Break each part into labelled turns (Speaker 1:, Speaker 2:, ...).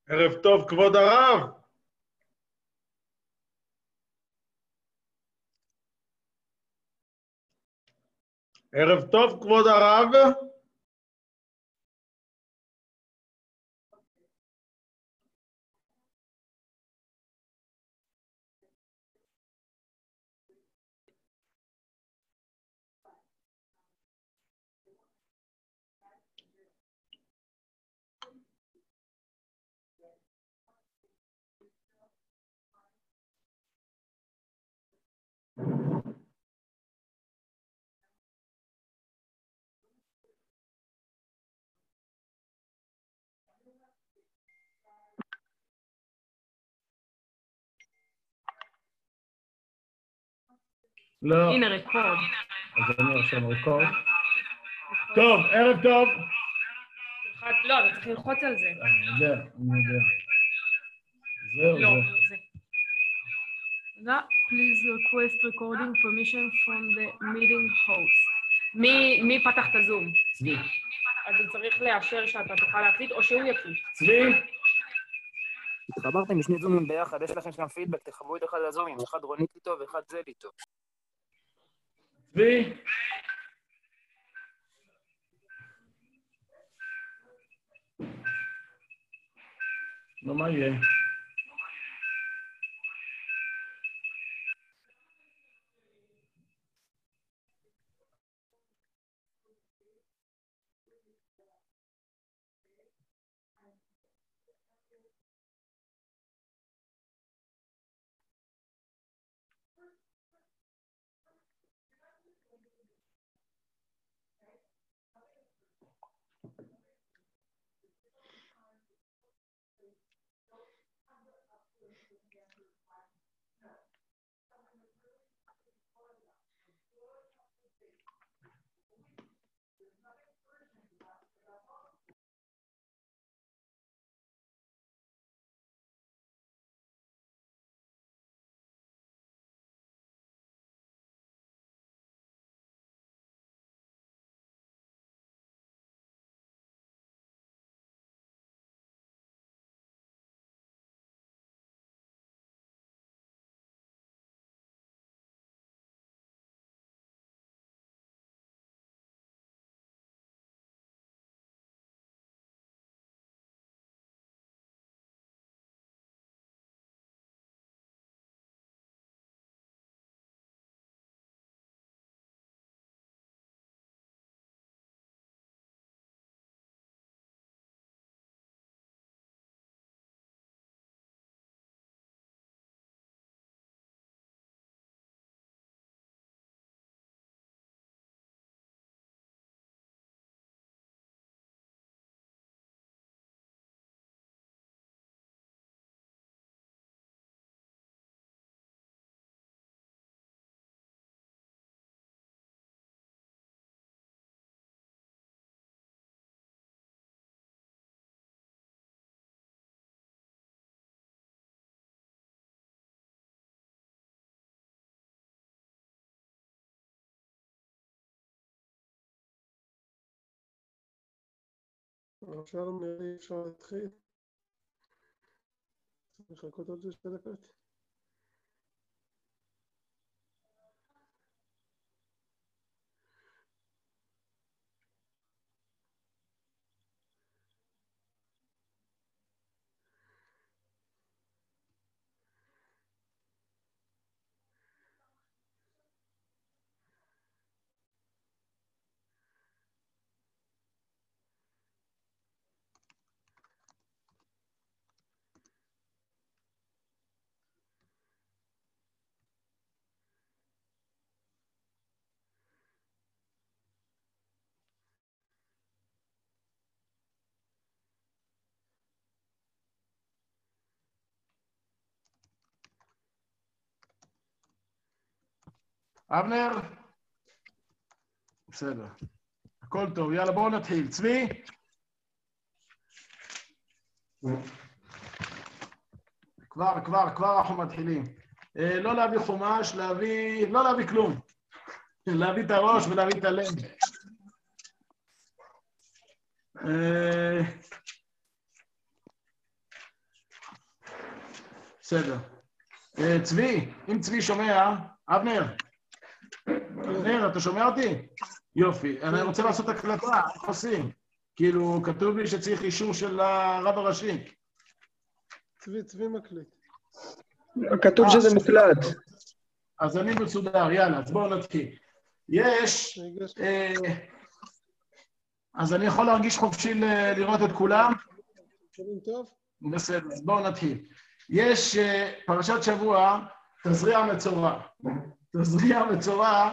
Speaker 1: ערב טוב, כבוד הרב. ערב טוב, כבוד הרב. לא.
Speaker 2: הנה רקורד.
Speaker 1: אז אני עכשיו רקורד. טוב, ערב טוב.
Speaker 2: לא, אתה צריך ללחוץ על זה.
Speaker 1: אני יודע. זהו,
Speaker 2: לא,
Speaker 1: זה.
Speaker 2: זה. Please request recording permission from the meeting host. מי פתח את הזום?
Speaker 1: צבי.
Speaker 2: אז אתה צריך לאשר שאתה תוכל להקליט, או שהוא יקליט.
Speaker 1: צבי.
Speaker 3: התחברתם משני זומים ביחד, יש לכם שם פידבק, תחברו את אחד הזומים, אחד רונית איתו ואחד זה איתו.
Speaker 1: צבי. נו, מה יהיה? עכשיו נראה לי אפשר להתחיל. צריך לחכות עוד 2 דקות. אבנר? בסדר. הכל טוב, יאללה בואו נתחיל. צבי? כבר אנחנו מתחילים. לא להביא חומש, לא להביא כלום. להביא את הראש ולהביא את הלב. בסדר. צבי, אם צבי שומע, אבנר, אתה שומע אותי? יופי, אני רוצה לעשות הקלטה, איך עושים? כאילו, כתוב לי שצריך אישור של הרב הראשי.
Speaker 4: צבי מקליט.
Speaker 5: כתוב שזה מוקלט.
Speaker 1: אז אני מסודר, יאללה, אז בואו נתחיל. יש, אז אני יכול להרגיש חופשי לראות את כולם?
Speaker 4: שומעים טוב?
Speaker 1: בסדר, אז בואו נתחיל. יש פרשת שבוע, תזריע מצורע. תזריע מצורע,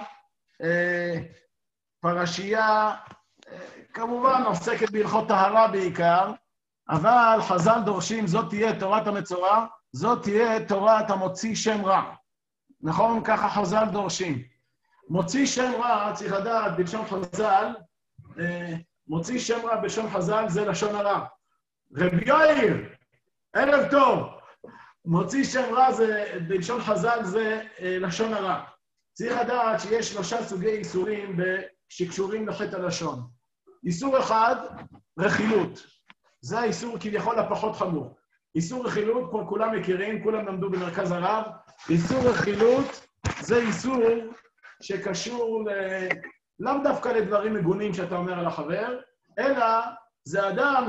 Speaker 1: פרשייה, כמובן עוסקת בהלכות טהרה בעיקר, אבל חז"ל דורשים, זאת תהיה תורת המצורע, זאת תהיה תורת המוציא שם רע. נכון? ככה חז"ל דורשים. מוציא שם רע, צריך לדעת בלשון חז"ל, מוציא שם רע בשם חז"ל זה לשון הרע. רבי יאיר, ערב טוב. מוציא שם רע זה, בלשון חז"ל זה לשון הרע. צריך לדעת שיש 3 סוגי איסורים שקשורים לחטא הלשון. איסור אחד, רכילות. זה האיסור כביכול הפחות חמור. איסור רכילות, פה כולם מכירים, כולם למדו במרכז הרב. איסור רכילות זה איסור שקשור לאו דווקא לדברים מגונים שאתה אומר על החבר, אלא זה אדם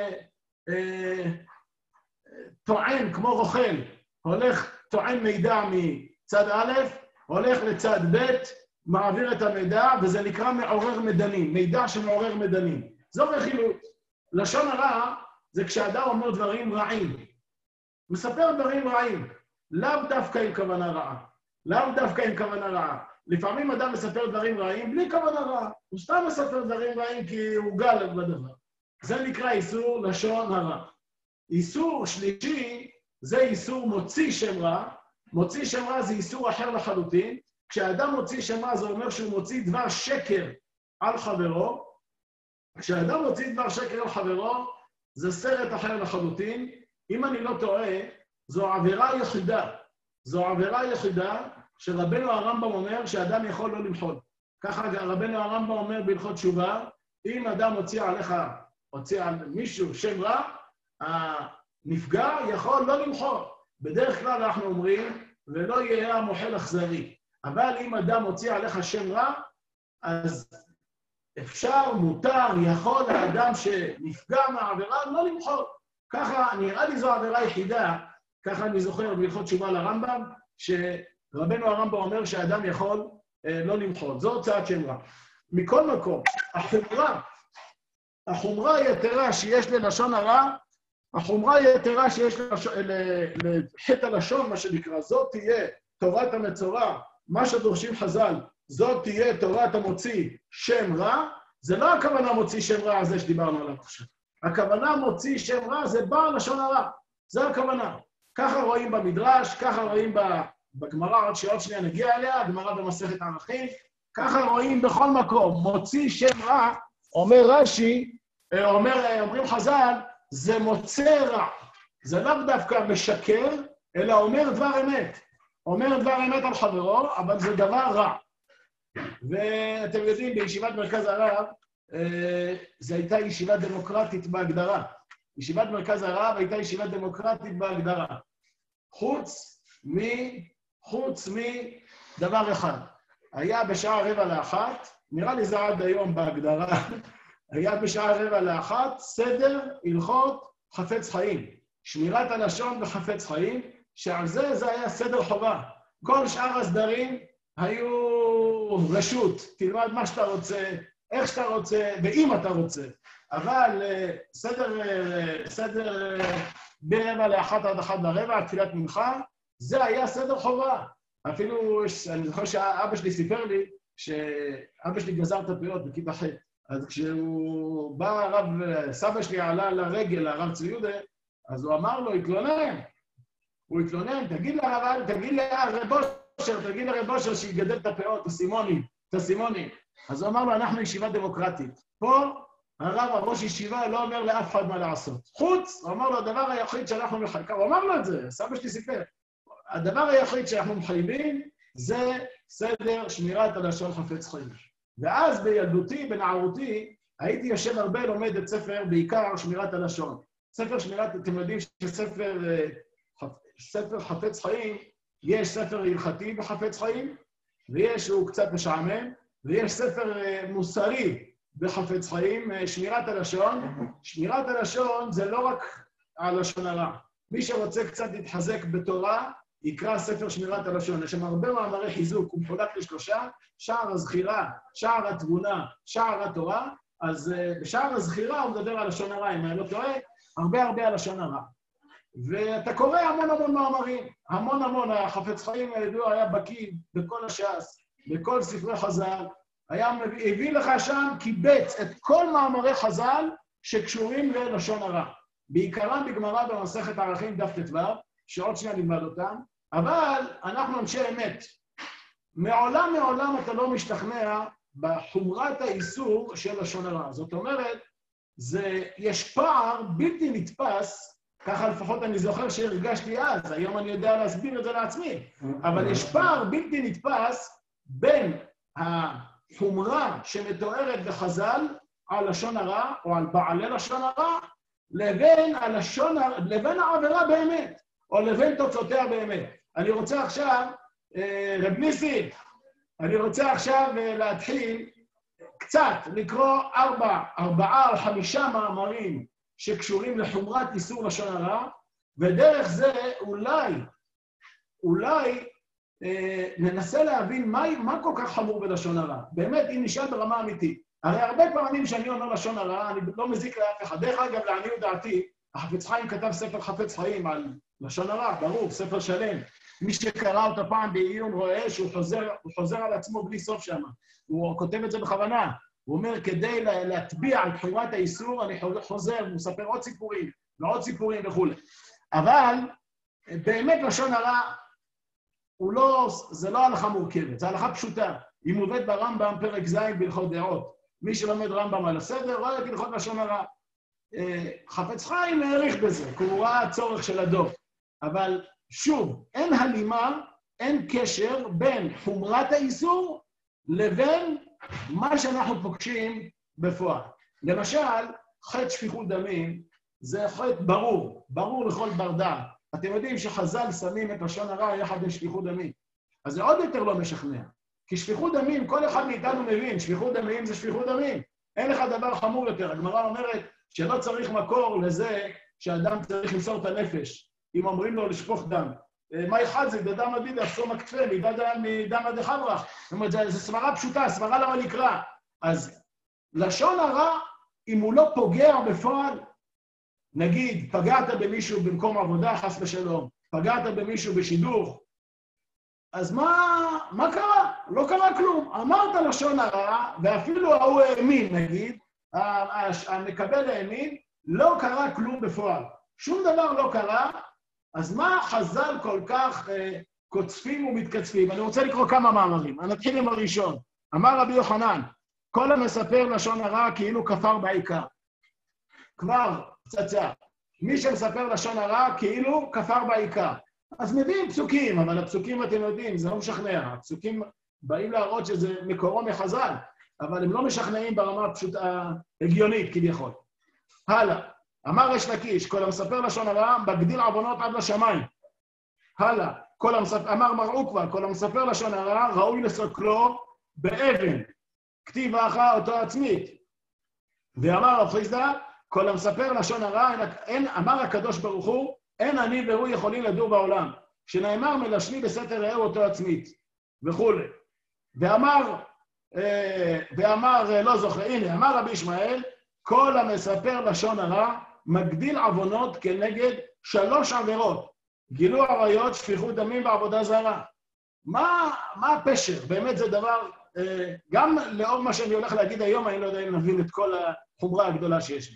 Speaker 1: טוען כמו רוכל, טוען מידע מצד א', הולך לצד ב', מעביר את המידע, וזה נקרא מעורר מדנים, מידע שמעורר מדנים. זו רכילות. לשון הרע זה כשאדם אומר דברים רעים. מספר דברים רעים, לאו דווקא עם כוונה רעה. לאו דווקא עם כוונה רעה. לפעמים אדם מספר דברים רעים בלי כוונה רעה. הוא סתם מספר דברים רעים כי הוא גל בדבר. זה נקרא איסור לשון הרע. איסור שלישי זה איסור מוציא שם רע. מוציא שם רע זה איסור אחר לחלוטין. כשאדם מוציא שם רע זה אומר שהוא מוציא דבר שקר על חברו. כשאדם מוציא דבר שקר על חברו זה סרט אחר לחלוטין. אם אני לא טועה, זו עבירה יחידה. זו עבירה יחידה שרבנו הרמב"ם אומר שאדם יכול לא למחול. ככה רבנו הרמב"ם אומר בהלכות תשובה, אם אדם הוציא על מישהו שם רע, הנפגע יכול לא למחול. בדרך כלל אנחנו אומרים, ולא יהיה המוחל אכזרי. אבל אם אדם הוציא עליך שם רע, אז אפשר, מותר, יכול האדם שנפגע מהעבירה לא למחול. ככה, נראה לי זו עבירה יחידה, ככה אני זוכר בהלכות תשובה לרמב"ם, שרבנו הרמב"ם אומר שהאדם יכול לא למחול. זו הוצאת שם רע. מכל מקום, החומרה היתרה שיש ללשון הרע, החומרה היתרה שיש לחטא הלשון, מה שנקרא, זאת תהיה תורת המצורע, מה שדורשים חז"ל, זאת תהיה תורת המוציא שם רע, זה לא הכוונה מוציא שם רע הזה שדיברנו עליו עכשיו. הכוונה מוציא שם רע זה בא לשון הרע, זה הכוונה. ככה רואים במדרש, ככה רואים בגמרא, עוד שנייה נגיע אליה, הגמרא במסכת ערכים, ככה רואים בכל מקום, מוציא שם רע, אומר רש"י, אומרים חז"ל, זה מוצא רע. זה לא דווקא משקר, אלא אומר דבר אמת. אומר דבר אמת על חברו, אבל זה דבר רע. ואתם יודעים, בישיבת מרכז הרב, זו הייתה ישיבה דמוקרטית בהגדרה. ישיבת מרכז הרב הייתה ישיבה דמוקרטית בהגדרה. חוץ מדבר אחד. היה בשעה 12:45, נראה לי זה עד היום בהגדרה, היה בשעה 12:45, סדר, הלכות, חפץ חיים. שמירת הלשון וחפץ חיים, שעל זה היה סדר חובה. כל שאר הסדרים היו רשות, תלמד מה שאתה רוצה, איך שאתה רוצה, ואם אתה רוצה. אבל סדר ב12:45 עד 13:15, תפילת מנחה, זה היה סדר חובה. אפילו, אני זוכר שאבא שלי סיפר לי, שאבא שלי גזר את הפיות בכיתה ח'. אז כשהוא בא הרב, סבא שלי עלה לרגל, הרב צבי יהודה, אז הוא אמר לו, הוא התלונן, תגיד לרב אושר שיגדל את הפאות, את הסימונים. אז הוא אמר לו, אנחנו ישיבה דמוקרטית. פה הרב, הראש ישיבה, לא אומר לאף אחד מה לעשות. הוא אמר לו, הדבר היחיד שאנחנו מחייבים, הוא אמר לו את זה, סבא שלי סיפר. הדבר היחיד שאנחנו מחייבים זה סדר שמירת הלשון חפץ חיים. ואז בילדותי, בנערותי, הייתי יושב הרבה לומד את ספר, בעיקר שמירת הלשון. ספר שמירת, אתם יודעים ספר חפץ חיים, יש ספר הלכתי בחפץ חיים, ויש הוא קצת משעמם, ויש ספר מוסרי בחפץ חיים, שמירת הלשון. שמירת הלשון זה לא רק הלשון הרע. מי שרוצה קצת להתחזק בתורה, יקרא ספר שמירת הלשון. יש שם הרבה מאמרי חיזוק, הוא מחולק לשלושה, שער הזכירה, שער התבונה, שער התורה. אז בשער הזכירה הוא מדבר על לשון הרע, אם אני לא טועה, הרבה על לשון הרע. ואתה קורא המון מאמרים, המון, החפץ חיים הידוע היה בקיא בכל הש"ס, בכל ספרי חז"ל, הביא לך שם, קיבץ את כל מאמרי חז"ל שקשורים ללשון הרע. בעיקרם בגמרא במסכת ערכים דף ט"ו, שעוד שנייה נלמד אותם, אבל אנחנו אנשי אמת. מעולם אתה לא משתכנע בחומרת האיסור של לשון הרע. זאת אומרת, יש פער בלתי נתפס, ככה לפחות אני זוכר שהרגשתי אז, היום אני יודע להסביר את זה לעצמי, אבל יש פער בלתי נתפס בין החומרה שמתוארת בחז"ל על לשון הרע, או על בעלי לשון הרע, לבין העבירה באמת, או לבין תוצאותיה באמת. אני רוצה עכשיו, רב ניסי, אני רוצה עכשיו להתחיל קצת לקרוא 4 או 5 מאמרים שקשורים לחומרת איסור לשון הרע, ודרך זה אולי ננסה להבין מה כל כך חמור בלשון הרע. באמת, אם נשאל ברמה אמיתית. הרי הרבה פעמים שאני אומר לשון הרע, אני לא מזיק לאף אחד. דרך אגב, לעניות דעתי, החפץ חיים כתב ספר חפץ חיים על לשון הרע, ברור, ספר שלם. מי שקרא אותה פעם בעיון רואה שהוא חוזר על עצמו בלי סוף שם. הוא כותב את זה בכוונה. הוא אומר, כדי להטביע על חומרת האיסור, אני חוזר, הוא מספר עוד סיפורים, ועוד סיפורים וכו'. אבל באמת לשון הרע, זה לא הלכה מורכבת, זה הלכה פשוטה. היא מובאת ברמב"ם פרק ז' בהלכות דעות. מי שלומד רמב"ם על הסדר, רואה את הלכות לשון הרע. חפץ חיים העריך בזה, כי הוא ראה הצורך של הדור. אבל שוב, אין הלימה, אין קשר בין חומרת האיסור לבין מה שאנחנו פוגשים בפועל. למשל, חטא שפיכות דמים זה חטא ברור לכל בר דעת. אתם יודעים שחז"ל שמים את לשון הרע יחד עם שפיכות דמים. אז זה עוד יותר לא משכנע. כי שפיכות דמים, כל אחד מאיתנו מבין, שפיכות דמים זה שפיכות דמים. אין לך דבר חמור יותר. הגמרא אומרת שלא צריך מקור לזה שאדם צריך למסור את הנפש. אם אומרים לו לשפוך דם. מה אחד זה? דדם עדיד, אפסו מקטפה, מדם עד חברך. זאת אומרת, זו סברה פשוטה, סברה למה נקרא. אז לשון הרע, אם הוא לא פוגע בפועל, נגיד, פגעת במישהו במקום עבודה, חס ושלום, פגעת במישהו בשידוך, אז מה קרה? לא קרה כלום. אמרת לשון הרע, ואפילו ההוא האמין, נגיד, המקבל האמין, לא קרה כלום בפועל. שום דבר לא קרה, אז מה חז"ל כל כך קוצפים ומתקצפים? אני רוצה לקרוא כמה מאמרים. אני אתחיל עם הראשון. אמר רבי יוחנן, כל המספר לשון הרע כאילו כפר בעיקר. כבר פצצה. מי שמספר לשון הרע כאילו כפר בעיקר. אז מביאים פסוקים, אבל הפסוקים אתם יודעים, זה לא משכנע. הפסוקים באים להראות שזה מקורו מחז"ל, אבל הם לא משכנעים ברמה הפשוטה הגיונית כביכול. הלאה. אמר ריש לקיש, כל המספר לשון הרע, מגדיל עוונות עד לשמיים. הלאה. אמר מר עוקבא, כל המספר לשון הרע, ראוי לסקלו באבן. כתיב האחר אותו עצמית. ואמר רב חיסדא, כל המספר לשון הרע, אמר הקדוש ברוך הוא, אין אני והוא יכולים לדור בעולם. שנאמר מלשני בסתר רעהו אותו עצמית. וכו'. ואמר, לא זוכר, הנה, אמר רבי ישמעאל, כל המספר לשון הרע, מגדיל עוונות כנגד 3 עבירות. גילוי עריות, שפיכות דמים ועבודה זרה. מה הפשר? באמת זה דבר, גם לאור מה שאני הולך להגיד היום, אני לא יודע אם נבין את כל החומרה הגדולה שיש לי.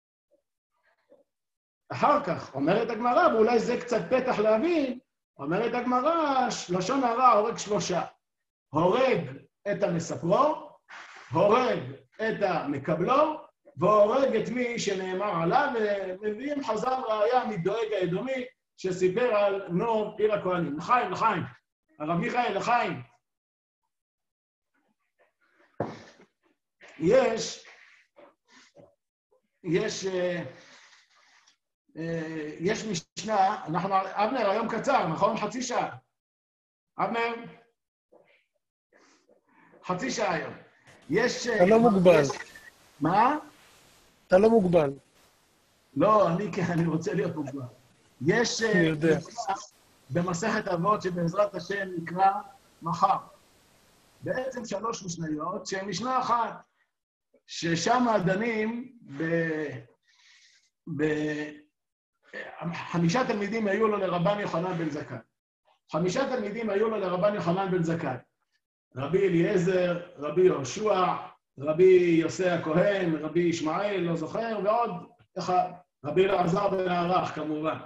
Speaker 1: אחר כך, אומרת הגמרא, ואולי זה קצת פתח להבין, אומרת הגמרא, לשון הרע הורג 3. הורג את המספרו, הורג את המקבלו, והורג את מי שנאמר עליו, ומביאים חז"ל ראיה מדואג האדומי, שסיפר על נור עיר הכהנים. לחיים, הרב מיכאל, לחיים. יש יש משנה, אבנר, היום קצר, נכון? חצי שעה. אבנר? חצי שעה היום. יש...
Speaker 4: אתה לא מוגבל.
Speaker 1: מה?
Speaker 4: אתה לא מוגבל.
Speaker 1: לא, אני רוצה להיות מוגבל. יש...
Speaker 4: אני יודע.
Speaker 1: במסכת אבות שבעזרת השם נקרא מחר. בעצם 3 משניות שהן משנה אחת, ששם דנים 5 תלמידים היו לו לרבן יוחנן בן זכאי. 5 תלמידים היו לו לרבן יוחנן בן זכאי. רבי אליעזר, רבי יהושע, רבי יוסי הכהן, רבי ישמעאל, לא זוכר, ועוד אחד, רבי אלעזר בן ערך, כמובן.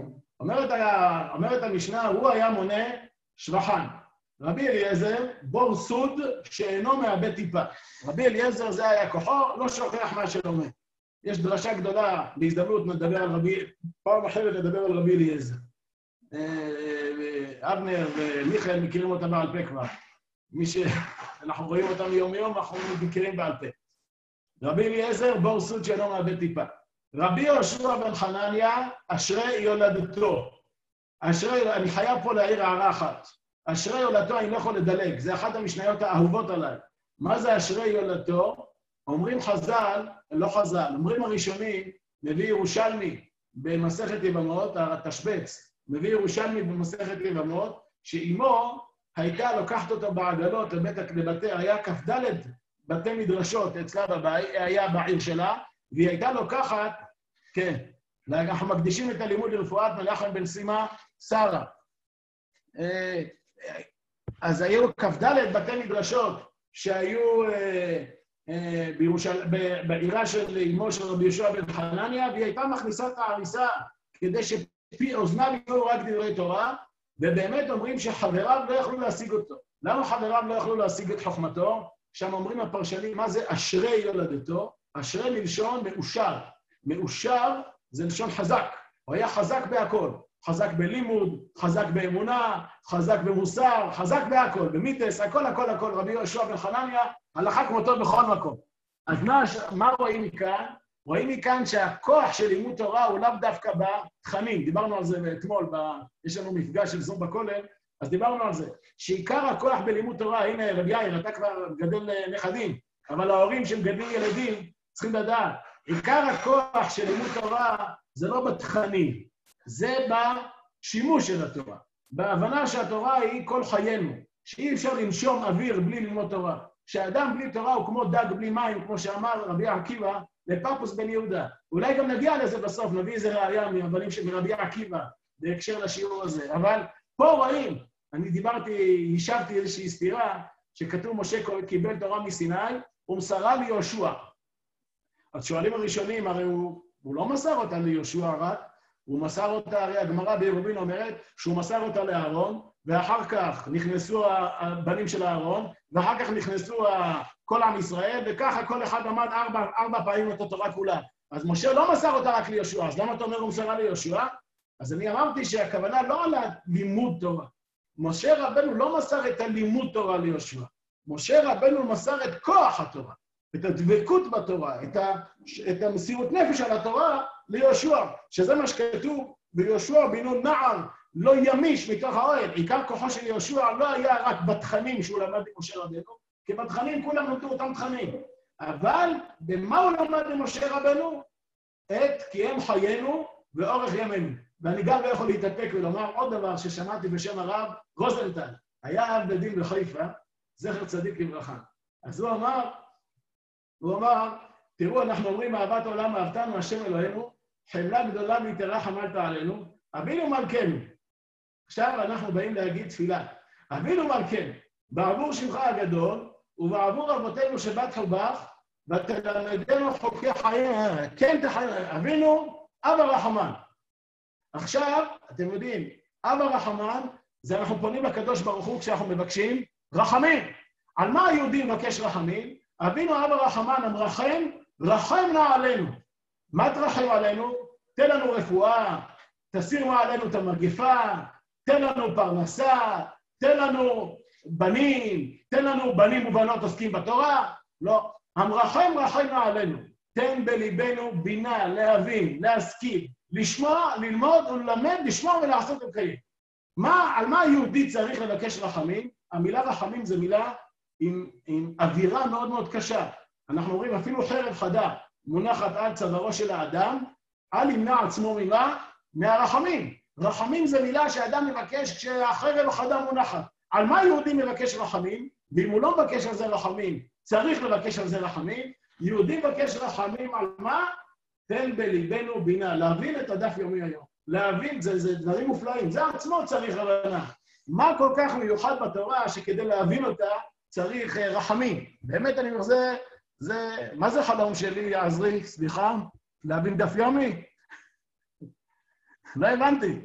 Speaker 1: אומרת המשנה, הוא היה מונה שבחן. רבי אליעזר, בור סוד שאינו מאבד טיפה. רבי אליעזר זה היה כוחו, לא שוכח מה שלומד. יש דרשה גדולה, בהזדמנות נדבר על פעם אחרת נדבר על רבי אליעזר. אבנר ומיכאל מכירים אותם בעל פה כבר. אנחנו רואים אותם יום, אנחנו מכירים בעל פה. רבי אליעזר, בור סוד שאינו מאבד טיפה. רבי יהושע בן חנניה, אשרי יולדתו. אני חייב פה להעיר הערה אחת. אשרי יולדתו, אני לא יכול לדלג, זה אחת המשניות האהובות עליי. מה זה אשרי יולדתו? אומרים חז"ל, לא חז"ל, אומרים הראשונים, מביא ירושלמי במסכת יבמות, התשבץ, מביא ירושלמי במסכת יבמות, שאימו הייתה לוקחת אותו בעגלות לבתי, היה כ"ד בתי מדרשות אצלה בבית, היה בעיר שלה, והיא הייתה לוקחת, כן, אנחנו מקדישים את הלימוד לרפואת מנחם בן סימה, שרה. אז היו כ"ד בתי מדרשות שהיו בעירה של אמו של רבי יהושע בן חנניה, והיא הייתה מכניסה את העריסה כדי שפי אוזניו יקראו רק דברי תורה, ובאמת אומרים שחבריו לא יכלו להשיג אותו. למה חבריו לא יכלו להשיג את חוכמתו? שם אומרים הפרשנים, מה זה אשרי יולדתו? אשרי מלשון מאושר. מאושר זה לשון חזק. הוא היה חזק בהכל. חזק בלימוד, חזק באמונה, חזק במוסר, חזק בהכל, במיתס, הכל. רבי יהושע בן חנניה, הלכה כמותו בכל מקום. אז מה רואים מכאן? רואים מכאן שהכוח של לימוד תורה הוא לאו דווקא בתכנים. דיברנו על זה אתמול, יש לנו מפגש של זום בכולל, אז דיברנו על זה. שעיקר הכוח בלימוד תורה, הנה רבי יאיר, אתה כבר גדל נכדים, אבל ההורים שמגדלים ילדים צריכים לדעת, עיקר הכוח של לימוד תורה זה לא בתכנים, זה בשימוש של התורה. בהבנה שהתורה היא כל חיינו, שאי אפשר לנשום אוויר בלי ללמוד תורה. שהאדם בלי תורה הוא כמו דג בלי מים, כמו שאמר רבי עקיבא לפפוס בן יהודה. אולי גם נגיע לזה בסוף, נביא איזה ראיה מהבנים של רבי עקיבא בהקשר לשיעור הזה. אבל פה רואים, אני השבתי איזושהי סתירה, שכתוב משה קיבל תורה מסיני, ומסרה ליהושע. אז שואלים הראשונים, הרי הוא לא מסר אותה ליהושע רק, הוא מסר אותה, הרי הגמרא בעירובין אומרת, שהוא מסר אותה לאהרון, ואחר כך נכנסו הבנים של אהרון, ואחר כך נכנסו כל עם ישראל, וככה כל אחד עמד 4 פעמים את התורה כולה. אז משה לא מסר אותה רק ליהושע, אז למה אתה אומר הוא מסרה ליהושע? אז אני אמרתי שהכוונה לא על הלימוד תורה. משה רבנו לא מסר את הלימוד תורה ליהושע. משה רבנו מסר את כוח התורה, את הדבקות בתורה, את המסירות נפש על התורה ליהושע, שזה מה שכתוב ביהושע בנו נער, לא ימיש מתוך האוהל. עיקר כוחו של יהושע לא היה רק בתכנים שהוא למד במשה רבנו, כי בתכנים כולם נותרו אותם תכנים. אבל במה הוא למד במשה רבנו? כי הם חיינו ואורך ימינו. ואני גם לא יכול להתאפק ולומר עוד דבר ששמעתי בשם הרב רוזנטל. היה אב בית דין בחיפה, זכר צדיק לברכה. אז הוא אמר, תראו, אנחנו אומרים אהבת העולם אהבתנו השם אלוהינו, חמלה גדולה ויתרה חמלת עלינו, אבינו מלכנו. עכשיו אנחנו באים להגיד תפילה. אבינו מלכנו, בעבור שמך הגדול, ובעבור אבותינו שבטחו בך, ותלמדנו חוקי חיים, כן תחיים, אבינו אבא רחמן. עכשיו, אתם יודעים, אבא רחמן, זה אנחנו פונים לקדוש ברוך הוא כשאנחנו מבקשים רחמים. על מה היהודים מבקש רחמים? אבינו אבא רחמן המרחם, רחם נא עלינו. מה תרחם עלינו? תן לנו רפואה, תסיר מעלינו את המגפה, תן לנו פרנסה, תן לנו בנים ובנות עוסקים בתורה. לא, המרחם רחם נא עלינו. תן בליבנו בינה, להבין, להשכיל, לשמוע, ללמוד וללמד, לשמור ולעשות ולקיים. על מה יהודי צריך לבקש רחמים? המילה רחמים זו מילה עם אווירה מאוד מאוד קשה. אנחנו אומרים, אפילו חרב חדה מונחת על צווארו של האדם, אל ימנע עצמו מהרחמים. רחמים זו מילה שאדם מבקש כשהחרב החדה מונחת. על מה יהודי מבקש רחמים? ואם הוא לא מבקש על זה רחמים, צריך לבקש על זה רחמים. יהודי מבקש רחמים על מה? תן בליבנו בינה, להבין את הדף יומי היום. להבין, זה דברים מופלאים, זה עצמו צריך הבנה. מה כל כך מיוחד בתורה שכדי להבין אותה צריך רחמים? באמת אני אומר, מה זה חלום שלי, יעזרי? סליחה? להבין דף יומי? לא הבנתי.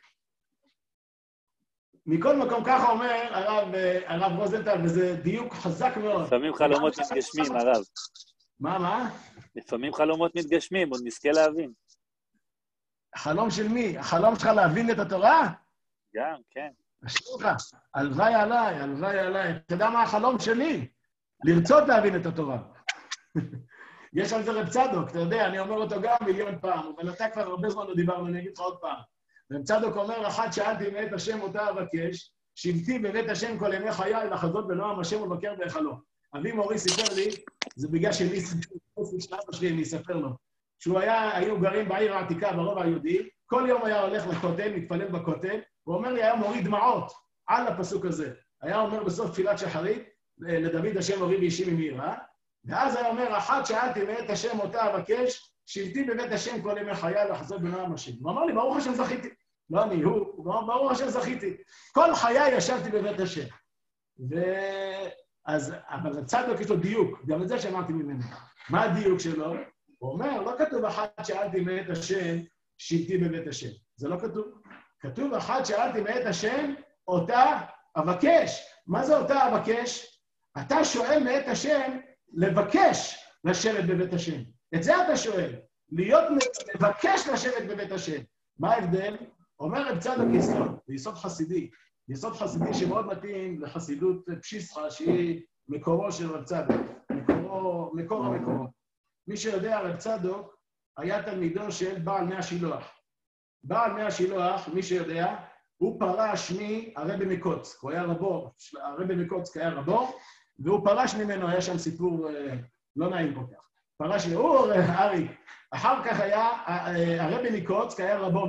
Speaker 1: מכל מקום ככה אומר הרב רוזנטל, וזה דיוק חזק מאוד.
Speaker 6: לפעמים חלומות מתגשמים, הרב.
Speaker 1: מה? לפעמים
Speaker 6: חלומות מתגשמים, עוד נזכה להבין.
Speaker 1: החלום של מי? החלום שלך להבין את התורה?
Speaker 6: גם, כן.
Speaker 1: אשריך, הלוואי עליי. אתה יודע מה החלום שלי? לרצות להבין את התורה. יש על זה רב צדוק, אתה יודע, אני אומר אותו גם מיליון פעם, אבל אתה כבר הרבה זמן לא דיברנו, אני אגיד לך עוד פעם. רב צדוק אומר, אחת שאלתי מאת השם אותה אבקש, שבתי בבית השם כל ימי חיי, לחזות בנועם השם ולבקר בהיכלו. אבי מורי סיפר לי, זה בגלל שלי אבא שלי, אני אספר לו, היו גרים בעיר העתיקה ברובע היהודי, כל יום היה הולך לכותל, מתפלל בכותל, הוא אומר לי, היה מוריד דמעות על הפסוק הזה. היה אומר בסוף תפילת שחרית, לדוד השם אורי ואישי ממהרה, ואז היה אומר, אחת שאלתי מאת השם אותה אבקש, שבתי בבית השם כל ימי חיי, לחזות בנועם השם. הוא אמר לי, ברוך השם זכיתי. לא אני, הוא ברוך השם זכיתי. כל חיי ישבתי בבית השם. אבל צדוק יש לו דיוק, גם את זה שמעתי ממנו. מה הדיוק שלו? הוא אומר, לא כתוב אחת שאלתי מאת השם, שבתי בבית השם. זה לא כתוב. כתוב אחת שאלתי מאת השם, אותה אבקש. מה זה אותה אבקש? אתה שואל מאת השם לבקש לשבת בבית השם. את זה אתה שואל. לבקש לשבת בבית השם. מה ההבדל? אומר רב צדוק יסוד, זה יסוד חסידי. יסוד חסידי שמאוד מתאים לחסידות פשיסחה, שהיא מקורו של רב צדוק. מקור המקורות. מי שיודע, רב צדוק היה תלמידו של בעל מאה שילוח. בעל מאה שילוח, מי שיודע, הוא פרש מהרבי מקוצק. הוא היה רבו, הרבי מקוצק היה רבו, והוא פרש ממנו, היה שם סיפור לא נעים כל כך. פרש הוא, ארי. אחר כך היה, הרבי מקוצק היה רבו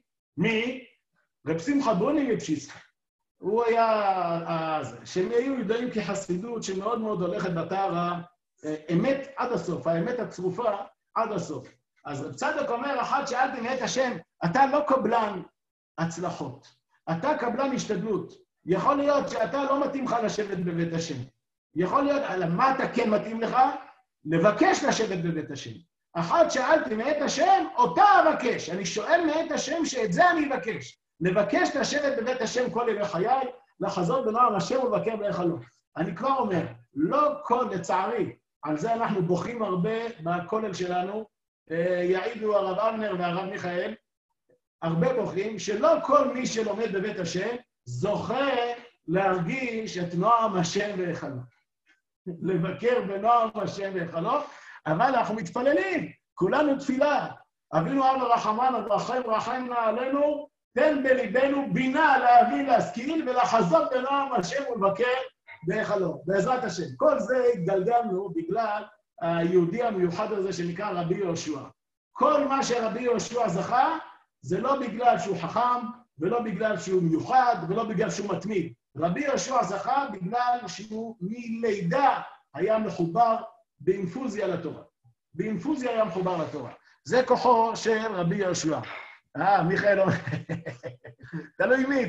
Speaker 1: רב שמחה בוני מפשיסחה. הוא היה, שהם היו ידועים כחסידות שמאוד מאוד הולכת בתר האמת עד הסוף, האמת הצרופה עד הסוף. אז רב צדוק אומר, אחת שאלתי מאת השם, אתה לא קבלן הצלחות, אתה קבלן השתדלות. יכול להיות שאתה לא מתאים לך לשבת בבית השם. יכול להיות, על מה אתה כן מתאים לך? לבקש לשבת בבית השם. אחת שאלתי מאת השם, אותה אבקש. אני שואל מאת השם שאת זה אני אבקש. לבקש לשבת בבית השם כל ימי חיי, לחזות בנועם השם ולבקר בהיכלו. אני כבר אומר, לא כל, לצערי, על זה אנחנו בוכים הרבה בכולל שלנו, יעידו הרב אבנר והרב מיכאל, הרבה בוכים, שלא כל מי שלומד בבית השם זוכה להרגיש את נועם השם בהיכלו. לבקר בנועם השם בהיכלו, אבל אנחנו מתפללים, כולנו תפילה. אבינו אב הרחמן, רחם נא עלינו, תן בליבנו בינה להבין, להשכיל ולחזות בנועם השם ולבקר בהיכלו, בעזרת השם. כל זה התגלגלנו בגלל היהודי המיוחד הזה שנקרא רבי יהושע. כל מה שרבי יהושע זכה, זה לא בגלל שהוא חכם, ולא בגלל שהוא מיוחד, ולא בגלל שהוא מתמיד. רבי יהושע זכה בגלל שהוא מלידה היה מחובר באינפוזיה לתורה. באינפוזיה היה מחובר לתורה. זה כוחו של רבי יהושע. מיכאל אומר, תלוי מי.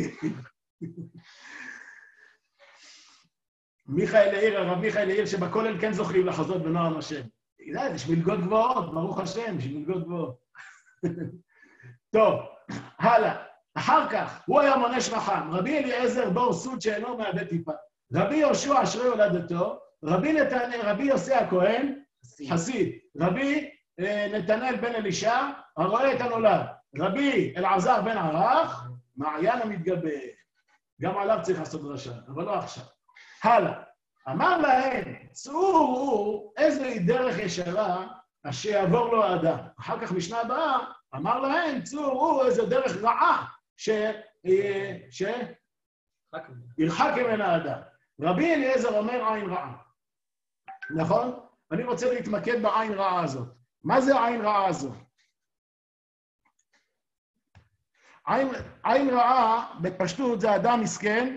Speaker 1: הרב מיכאל העיר שבכולל כן זוכרים לחזות בנועם השם. יש מלגות גבוהות, ברוך השם, יש מלגות גבוהות. טוב, הלאה. אחר כך, הוא היה מונש רחם. רבי אליעזר בור סוד שאינו מאבד טיפה. רבי יהושע אשרי הולדתו. רבי יוסי הכהן, חסיד. רבי נתנאל בן אלישע, הרואה את הנולד. רבי אלעזר בן ערך, מעיין המתגבר. גם עליו צריך לעשות דרשה, אבל לא עכשיו. הלאה. אמר להם, צאו איזוהי דרך ישרה אשר יעבור לו האדם. אחר כך משנה הבאה, אמר להם, צאו, הוא איזו דרך רעה, ירחק ממנה אדם. רבי אליעזר אומר עין רעה. נכון? אני רוצה להתמקד בעין רעה הזאת. מה זה עין רעה הזאת? עין רעה, בפשטות, זה אדם מסכן,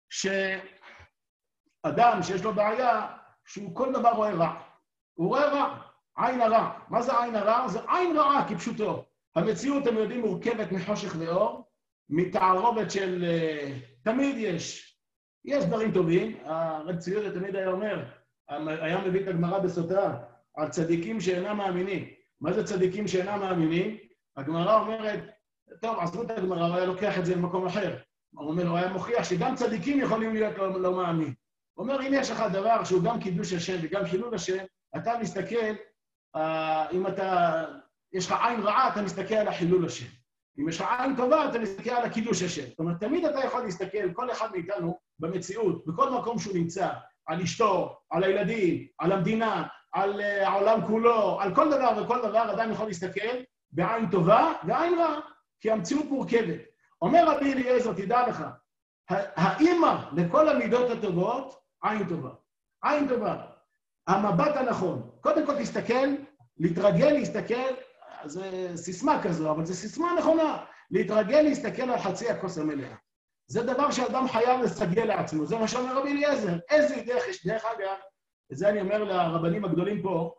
Speaker 1: אדם שיש לו בעיה, שהוא כל דבר רואה רע. הוא רואה רע, עין הרע. מה זה עין הרע? זה עין רעה כפשוטו. המציאות, אתם יודעים, מורכבת מחושך ואור, מתערובת של... תמיד יש דברים טובים. הרב ציורי תמיד היה אומר, היה מביא את הגמרא בסוטה, על צדיקים שאינם מאמינים. מה זה צדיקים שאינם מאמינים? הגמרא אומרת, טוב, עזבו את הגמרא, הוא היה לוקח את זה למקום אחר. הוא אומר, הוא היה מוכיח שגם צדיקים יכולים להיות לא מאמין. הוא אומר, אם יש לך דבר שהוא גם קידוש השם וגם חילול השם, אתה מסתכל, אם יש לך עין רעה, אתה מסתכל על החילול השם. אם יש לך עין טובה, אתה מסתכל על הקידוש השם. זאת אומרת, תמיד אתה יכול להסתכל, כל אחד מאיתנו במציאות, בכל מקום שהוא נמצא, על אשתו, על הילדים, על המדינה, על העולם כולו, על כל דבר וכל דבר, אדם יכול להסתכל בעין טובה ועין רעה, כי המציאות מורכבת. אומר רבי אליעזר, תדע לך, האמא לכל המידות הטובות, עין טובה. עין טובה. המבט הנכון. קודם כל תסתכל, להתרגל להסתכל, זה סיסמה כזו, אבל זו סיסמה נכונה. להתרגל להסתכל על חצי הכוס המלאה. זה דבר שאדם חייב לסגל לעצמו. זה מה שאומר רבי אליעזר. איזה דרך יש? דרך אגב, את זה אני אומר לרבנים הגדולים פה,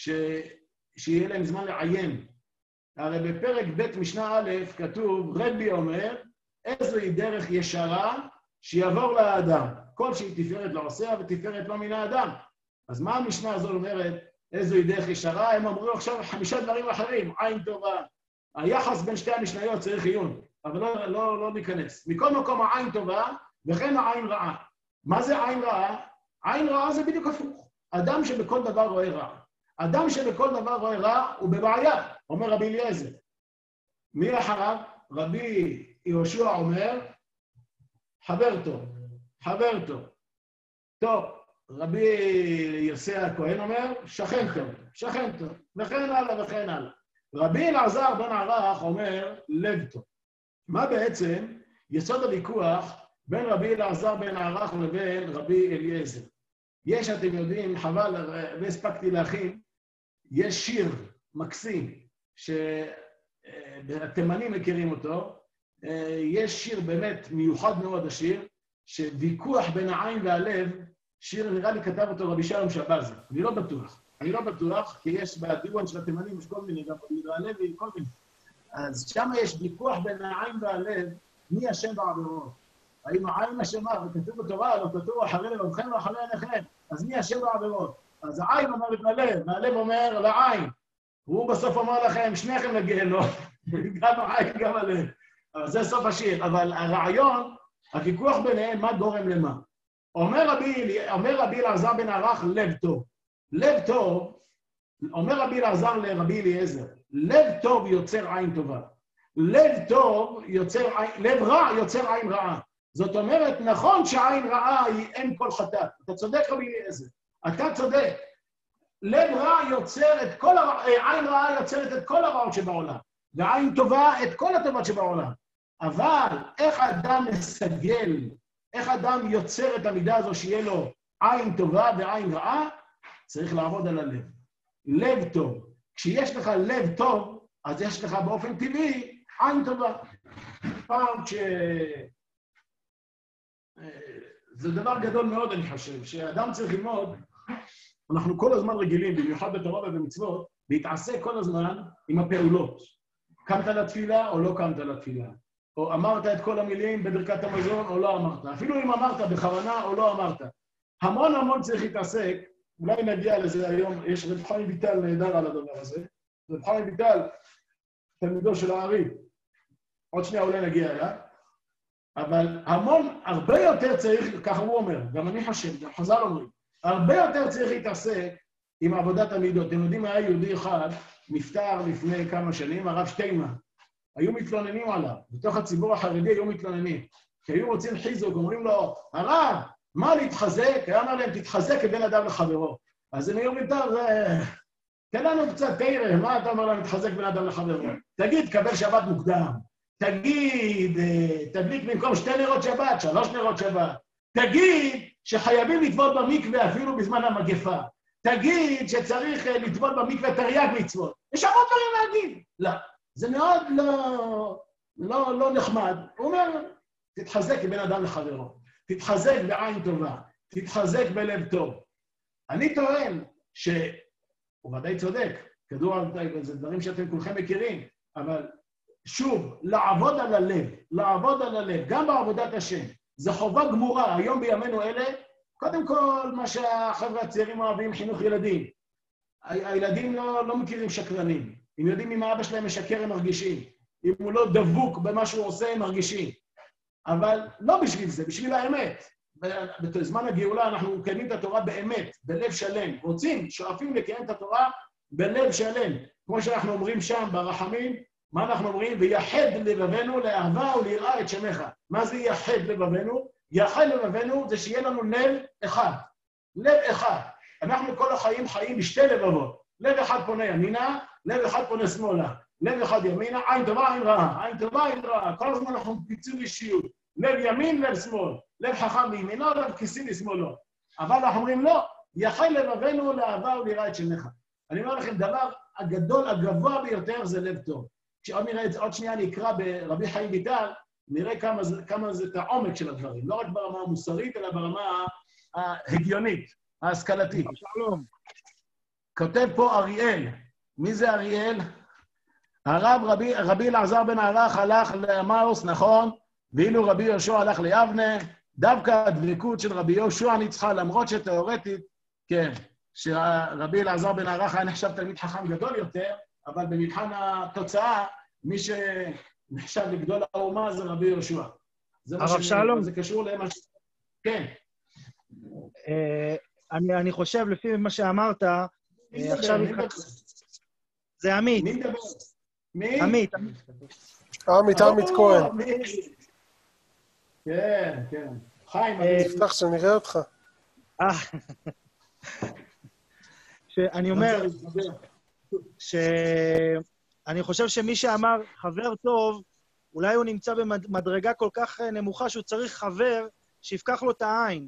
Speaker 1: שיהיה להם זמן לעיין. הרי בפרק ב' משנה א' כתוב, רבי אומר, איזוהי דרך ישרה שיעבור לאדם. כל שהיא תפארת לעושה ותפארת לא מן האדם. אז מה המשנה הזו אומרת? איזוהי דרך ישרה? הם אמרו עכשיו 5 דברים אחרים, עין טובה. היחס בין שתי המשניות צריך עיון, אבל לא ניכנס. מכל מקום העין טובה, וכן העין רעה. מה זה עין רעה? עין רעה זה בדיוק הפוך. אדם שבכל דבר רואה רע. אדם שבכל דבר רואה רע הוא בבעיה, אומר רבי אליעזר. מי אחריו? רבי יהושע אומר, חבר טוב, חבר טוב. טוב, רבי יוסי הכהן אומר, שכן טוב, שכן טוב, וכן הלאה וכן הלאה. רבי אלעזר בן ערך אומר, לב טוב. מה בעצם יסוד הוויכוח בין רבי אלעזר בן ערך לבין רבי אליעזר? יש, אתם יודעים, חבל, והספקתי להכין, יש שיר מקסים, שהתימנים מכירים אותו, יש שיר באמת מיוחד מאוד השיר, שוויכוח בין העין והלב, שיר נראה לי כתב אותו רבי שלום שבזי, אני לא בטוח, כי יש בדיוון של התימנים, יש כל מיני, גם הלב וכל מיני. אז שם יש ויכוח בין העין והלב, מי השם בעבירות. האם העין אשמה, וכתוב בתורה, לא כתוב אחרי לבבכם ואחרי עיניכם, אז מי השם בעבירות? אז העין אומרת ללב, והלב אומר לעין. הוא בסוף אומר לכם, שניכם לגיהנום, גם העין, גם הלב. אבל זה סוף השיר. אבל הרעיון, הוויכוח ביניהם, מה גורם למה? אומר רבי אלעזר בן ערך, לב טוב. לב טוב, אומר רבי אלעזר לרבי אליעזר, לב טוב יוצר עין טובה. לב רע יוצר עין רעה. זאת אומרת, נכון שעין רעה היא אין כל חטאת. אתה צודק רבי אליעזר. אתה צודק. לב רע יוצר את כל עין רעה יוצרת את כל הרעות שבעולם. ועין טובה את כל הטובות שבעולם. אבל איך האדם מסגל, איך האדם יוצר את המידה הזו שיהיה לו עין טובה ועין רעה, צריך לעבוד על הלב. לב טוב. כשיש לך לב טוב, אז יש לך באופן טבעי עין טובה. פעם זה דבר גדול מאוד, אני חושב, שאדם צריך ללמוד, אנחנו כל הזמן רגילים, במיוחד בתורה ובמצוות, להתעסק כל הזמן עם הפעולות. קמת לתפילה או לא קמת לתפילה. או אמרת את כל המילים בברכת המזון או לא אמרת. אפילו אם אמרת בכוונה או לא אמרת. המון צריך להתעסק, אולי נגיע לזה היום, יש רב חיים ויטל נהדר על הדבר הזה. רב חיים ויטל, תלמידו של הארי, עוד שנייה אולי נגיע אליו. אבל הרבה יותר צריך, ככה הוא אומר, גם אני חושב, גם חז"ל אומרים, הרבה יותר צריך להתעסק עם עבודת המידות. אתם יודעים, היה יהודי אחד, נפטר לפני כמה שנים, הרב שטיינמן. היו מתלוננים עליו, בתוך הציבור החרדי היו מתלוננים. כי היו רוצים חיזוק, אומרים לו, הרב, מה להתחזק? היה אומר להם, תתחזק כבן אדם לחברו. אז הם היו אומרים, טוב, תן לנו קצת, תראה, מה אתה אומר לה מתחזק בין אדם לחברו? תגיד, קבל שבת מוקדם. תגיד, תדליק במקום 2 נרות שבת, 3 נרות שבת. תגיד שחייבים לטבול במקווה אפילו בזמן המגפה. תגיד שצריך לטבול במקווה תרי"ג מצוות. יש הרבה דברים להגיד. לא, זה מאוד לא נחמד. הוא אומר, תתחזק בין אדם לחברו. תתחזק בעין טובה. תתחזק בלב טוב. אני טוען הוא ודאי צודק, כדור, זה דברים שאתם כולכם מכירים, אבל שוב, לעבוד על הלב, גם בעבודת השם. זו חובה גמורה, היום בימינו אלה, קודם כל, מה שהחבר'ה הצעירים אוהבים, חינוך ילדים. הילדים לא מכירים שקרנים. הם יודעים אם האבא שלהם משקר, הם מרגישים. אם הוא לא דבוק במה שהוא עושה, הם מרגישים. אבל לא בשביל זה, בשביל האמת. בזמן הגאולה אנחנו מקיימים את התורה באמת, בלב שלם. רוצים, שואפים לקיים את התורה בלב שלם. כמו שאנחנו אומרים שם ברחמים, מה אנחנו אומרים? ויחד לבבנו לאהבה וליראה את שמך. מה זה יחד לבבנו? יחד לבבנו זה שיהיה לנו לב אחד. לב אחד. אנחנו כל החיים חיים בשתי לבבות. לב אחד פונה ימינה, לב אחד פונה שמאלה. לב אחד ימינה, עין טובה, עין רעה. עין טובה, עין רעה. כל הזמן אנחנו פיצול אישיות. לב ימין, לב שמאל. לב חכם לימינו, לב כיסי לשמאלו. אבל אנחנו אומרים לא, יחד לבבנו לאהבה וליראה את שמך. אני אומר לכם, דבר הגדול, הגבוה ביותר זה לב טוב. כשעוד נראה את זה, עוד שנייה נקרא ברבי חיים ויטל, נראה כמה זה את העומק של הדברים. לא רק ברמה המוסרית, אלא ברמה ההגיונית, ההשכלתית.
Speaker 3: שלום.
Speaker 1: כותב פה אריאל. מי זה אריאל? הרב רבי אלעזר בן ערך הלך לאמאוס, נכון? ואילו רבי יהושע הלך ליבנה, דווקא הדבקות של רבי יהושע ניצחה, למרות שתיאורטית, כן, שרבי אלעזר בן ערך היה נחשב תלמיד חכם גדול יותר, אבל במבחן התוצאה, מי שנחשב לגדול האומה זה רבי יהושע.
Speaker 3: הרב שלום.
Speaker 1: זה קשור למה ש... כן.
Speaker 3: אני חושב, לפי מה שאמרת, עכשיו... זה עמית.
Speaker 1: מי מדבר? מי?
Speaker 3: עמית.
Speaker 4: עמית כהן.
Speaker 1: כן, כן. חיים,
Speaker 4: נפתח שנראה אותך.
Speaker 3: שאני אומר... שאני חושב שמי שאמר חבר טוב, אולי הוא נמצא במדרגה כל כך נמוכה שהוא צריך חבר שיפקח לו את העין.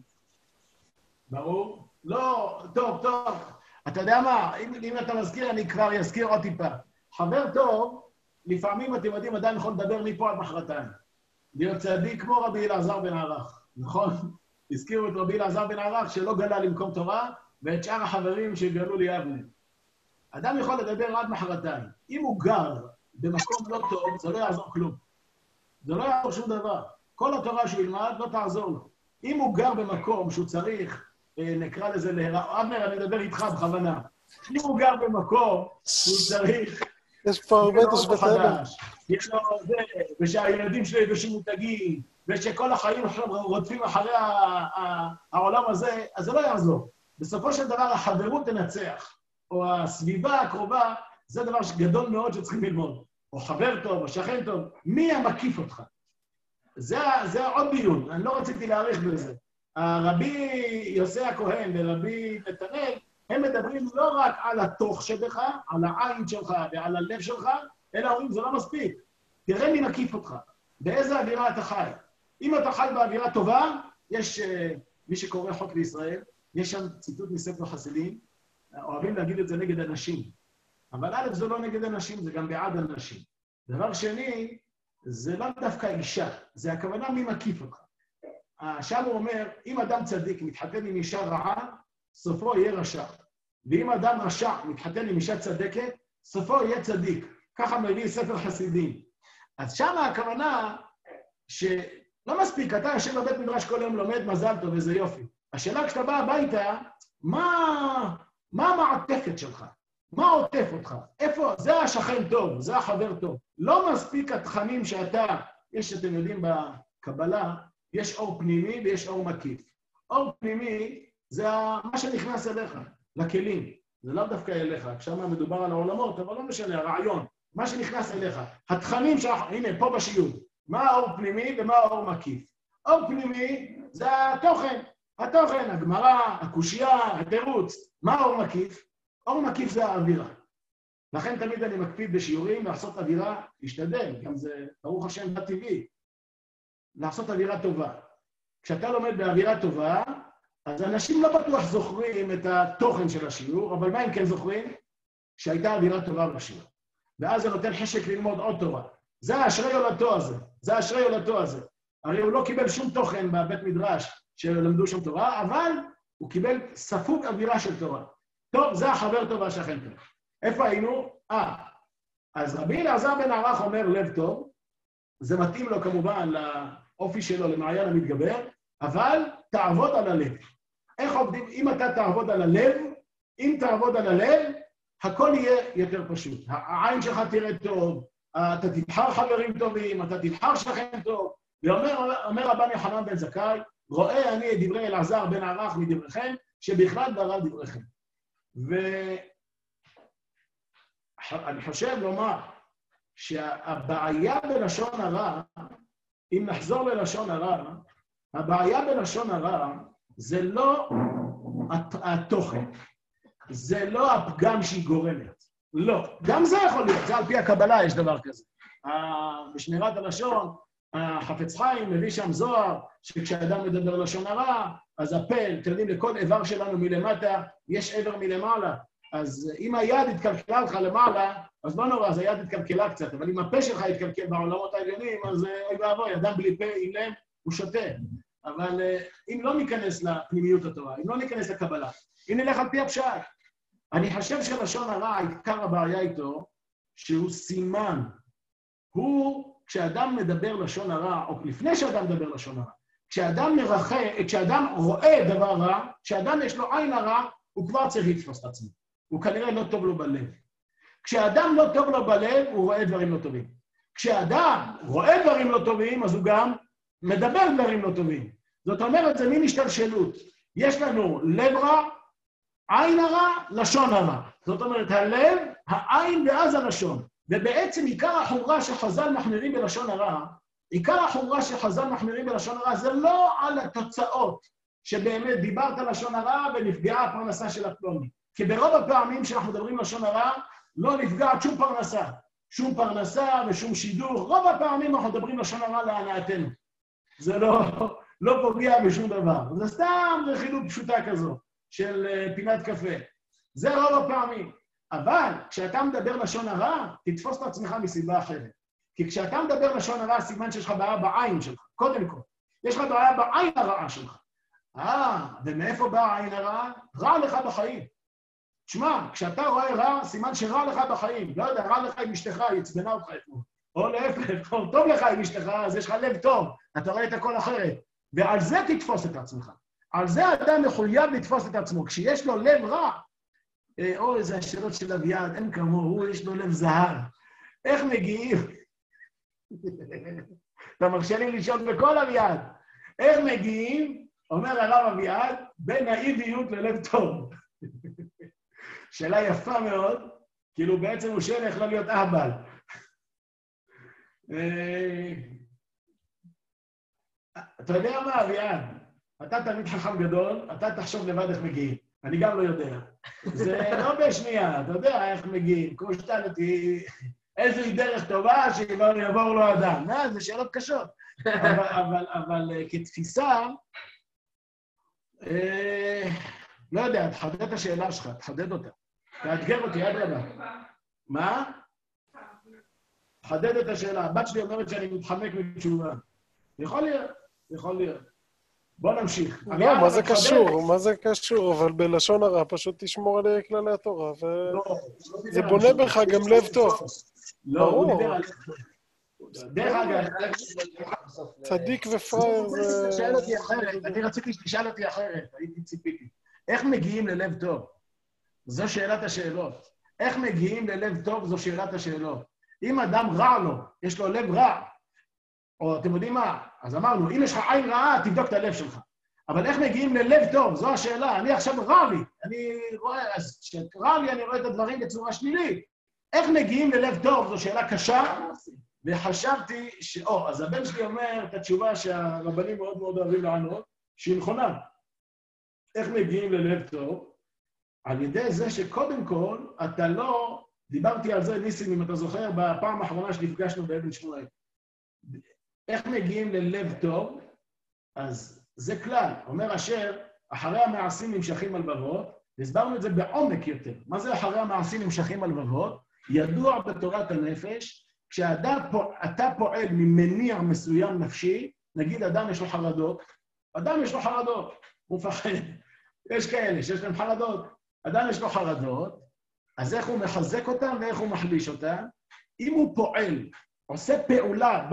Speaker 1: ברור. לא, טוב. אתה יודע מה? אם אתה מזכיר, אני כבר אזכיר עוד טיפה. חבר טוב, לפעמים אתם יודעים, עדיין יכול לדבר מפה עד מחרתיים. להיות צדיק כמו רבי אלעזר בן ערך, נכון? הזכירו את רבי אלעזר בן ערך שלא גלה למקום תורה, ואת שאר החברים שגלו ליבנה. אדם יכול לדבר עד מחרתיים. אם הוא גר במקום לא טוב, זה לא יעזור כלום. זה לא יעזור שום דבר. כל התורה שהוא ילמד לא תעזור לו. אם הוא גר במקום שהוא צריך, נקרא לזה אבנר, אני מדבר איתך בכוונה. אם הוא גר במקום שהוא צריך...
Speaker 4: יש פה הרבה תושבי תל.
Speaker 1: יש לו זה, ושהילדים שלו יבשו מותגים, ושכל החיים עכשיו רודפים אחרי העולם הזה, אז זה לא יעזור. בסופו של דבר החברות תנצח. או הסביבה הקרובה, זה דבר גדול מאוד שצריכים ללמוד. או חבר טוב, או שכן טוב. מי המקיף אותך? זה עוד דיון, אני לא רציתי להאריך בזה. הרבי יוסי הכהן ורבי נתנאל, הם מדברים לא רק על התוך שבך, על העין שלך ועל הלב שלך, אלא אומרים, זה לא מספיק. תראה מי מקיף אותך, באיזה אווירה אתה חי. אם אתה חי באווירה טובה, יש מי שקורא חוק בישראל, יש שם ציטוט מספר חסידים, אוהבים להגיד את זה נגד אנשים. אבל א', זה לא נגד אנשים, זה גם בעד אנשים. דבר שני, זה לא דווקא אישה, זה הכוונה מי מקיף אותך. שם הוא אומר, אם אדם צדיק מתחתן עם אישה רעה, סופו יהיה רשע. ואם אדם רשע מתחתן עם אישה צדקת, סופו יהיה צדיק. ככה מביא ספר חסידים. אז שם הכוונה שלא מספיק, אתה יושב בבית מדרש כל יום לומד מזל טוב, איזה יופי. השאלה כשאתה בא הביתה, מה המעטפת שלך? מה עוטף אותך? איפה? זה השכן טוב, זה החבר טוב. לא מספיק התכנים אתם יודעים בקבלה, יש אור פנימי ויש אור מקיף. אור פנימי זה מה שנכנס אליך, לכלים. זה לא דווקא אליך, כשמה מדובר על העולמות, אבל לא משנה, הרעיון. מה שנכנס אליך, התכנים הנה, פה בשיעור. מה האור פנימי ומה האור מקיף? אור פנימי זה התוכן, הגמרא, הקושייה, התירוץ. מה האור מקיף? אור מקיף זה האווירה. לכן תמיד אני מקפיד בשיעורים לעשות אווירה, להשתדל, גם זה ברוך השם בטבעי, לעשות אווירה טובה. כשאתה לומד באווירה טובה, אז אנשים לא בטוח זוכרים את התוכן של השיעור, אבל מה הם כן זוכרים? שהייתה אווירה טובה בשיעור. ואז זה נותן חשק ללמוד עוד תורה. זה האשרי הולדתו הזה, זה האשרי הולדתו הזה. הרי הוא לא קיבל שום תוכן בבית מדרש שלמדו שם תורה, אבל הוא קיבל ספוג אווירה של תורה. טוב, זה החבר טובה שכן טוב. איפה היינו? אז רבי אלעזר בן ערך אומר לב טוב, זה מתאים לו כמובן לאופי שלו, למעיין המתגבר, אבל תעבוד על הלב. איך עובדים? אם אתה תעבוד על הלב, אם תעבוד על הלב, הכל יהיה יותר פשוט. העין שלך תראה טוב, אתה תבחר חברים טובים, אתה תבחר שכן טוב. ואומר רבן יוחנן בן זכאי, רואה אני את דברי אלעזר בן ערך מדבריכם, שבכלל דבריו דבריכם. ואני חושב לומר שהבעיה בלשון הרע, אם נחזור ללשון הרע, הבעיה בלשון הרע זה לא התוכן, זה לא הפגם שהיא גורמת. לא. גם זה יכול להיות, זה על פי הקבלה יש דבר כזה. בשמירת הלשון, החפץ חיים מביא שם זוהר, שכשאדם מדבר לשון הרע, אז הפה, אתם יודעים, לכל איבר שלנו מלמטה, יש עבר מלמעלה. אז אם היד התקלקלה לך למעלה, אז לא נורא, אז היד התקלקלה קצת, אבל אם הפה שלך התקלקל בעולמות העליונים, אז אוי ואבוי, אדם בלי פה, אילם, הוא שותה. אבל אם לא ניכנס לפנימיות התורה, אם לא ניכנס לקבלה, אם נלך על פי הפשט, אני חושב שלשון הרע, עיקר הבעיה איתו, שהוא סימן. הוא, כשאדם מדבר לשון הרע, או לפני שאדם מדבר לשון הרע, כשאדם רואה דבר רע, כשאדם יש לו עין הרע, הוא כבר צריך לתפוס את עצמו. הוא כנראה לא טוב לו בלב. כשאדם לא טוב לו בלב, הוא רואה דברים לא טובים. כשאדם רואה דברים לא טובים, אז הוא גם מדבר דברים לא טובים. זאת אומרת, זה מין השתלשלות. יש לנו לב רע, עין הרע, לשון הרע. זאת אומרת, הלב, העין ואז הלשון. ובעצם עיקר החומרה שחז"ל מחמירים בלשון הרע, עיקר החומרה שחז"ל מחמירים בלשון הרע, זה לא על התוצאות שבאמת דיברת לשון הרע ונפגעה הפרנסה של הפלוני. כי ברוב הפעמים שאנחנו מדברים לשון הרע, לא נפגעת שום פרנסה. שום פרנסה ושום שידור. רוב הפעמים אנחנו מדברים לשון הרע להנאתנו. זה לא פוגע בשום דבר. זה סתם רכילות פשוטה כזו של פינת קפה. זה רוב הפעמים. אבל כשאתה מדבר לשון הרע, תתפוס את עצמך מסיבה אחרת. כי כשאתה מדבר לשון הרע, סימן שיש לך בעיה בעין שלך. קודם כל, יש לך בעיה בעין הרעה שלך. ומאיפה באה העין הרעה? רע לך בחיים. תשמע, כשאתה רואה רע, סימן שרע לך בחיים. לא יודע, רע לך עם אשתך, היא עצבנה אותך אתמול. או להפך, טוב לך עם אשתך, אז יש לך לב טוב, אתה רואה את הכל אחרת. ועל זה תתפוס את עצמך. על זה אדם מחויב לתפוס את עצמו. כשיש לו לב רע, איזה השאלות של אביעד, אין כמוהו, יש לו לב זהב. איך מגיעים? אתה מרשה לי לשאול בכל אביעד. איך מגיעים, אומר הרב אביעד, בין האידיות ללב טוב. שאלה יפה מאוד, כאילו בעצם הוא שואל איך לא להיות אהבל. אתה יודע מה, אביעד? אתה תמיד חכם גדול, אתה תחשוב לבד איך מגיעים. אני גם לא יודע. זה לא בשנייה, אתה יודע איך מגיעים. כמו שתן אותי, איזוהי דרך טובה שיבואו לו אדם. זה שאלות קשות. אבל כתפיסה, לא יודע, תחדד את השאלה שלך, תחדד אותה. תאתגר אותי, עד רבה. מה? תחדד את השאלה. הבת שלי אומרת שאני מתחמק מתשובה. יכול להיות, יכול להיות. בוא נמשיך.
Speaker 4: לא, מה זה קשור? מה זה קשור? אבל בלשון הרע פשוט תשמור על כללי התורה, וזה בונה בך גם לב טוב.
Speaker 1: לא, הוא דיבר על... דרך אגב,
Speaker 4: צדיק ופראייר זה...
Speaker 1: תשאל אותי אחרת, אני רציתי שתשאל אותי אחרת, הייתי ציפיתי. איך מגיעים ללב טוב? זו שאלת השאלות. איך מגיעים ללב טוב? זו שאלת השאלות. אם אדם רע לו, יש לו לב רע, או אתם יודעים מה? אז אמרנו, אם יש לך עין רעה, תבדוק את הלב שלך. אבל איך מגיעים ללב טוב? זו השאלה. אני עכשיו רע לי. אני רואה, אז כשרע לי, אני רואה את הדברים בצורה שלילית. איך מגיעים ללב טוב? זו שאלה קשה. וחשבתי אז הבן שלי אומר את התשובה שהרבנים מאוד מאוד אוהבים לענות, שהיא נכונה. איך מגיעים ללב טוב? על ידי זה שקודם כל, אתה לא, דיברתי על זה, ניסים, אם אתה זוכר, בפעם האחרונה שנפגשנו באבן שמואל. איך מגיעים ללב טוב? אז זה כלל. אומר אשר, אחרי המעשים נמשכים הלבבות, הסברנו את זה בעומק יותר. מה זה אחרי המעשים נמשכים הלבבות? ידוע בתורת הנפש, כשאתה פועל ממניע מסוים נפשי, נגיד אדם יש לו חרדות, אדם יש לו חרדות, הוא מפחד. יש כאלה שיש להם חרדות. אדם יש לו חרדות, אז איך הוא מחזק אותם ואיך הוא מחליש אותם? אם הוא פועל, עושה פעולה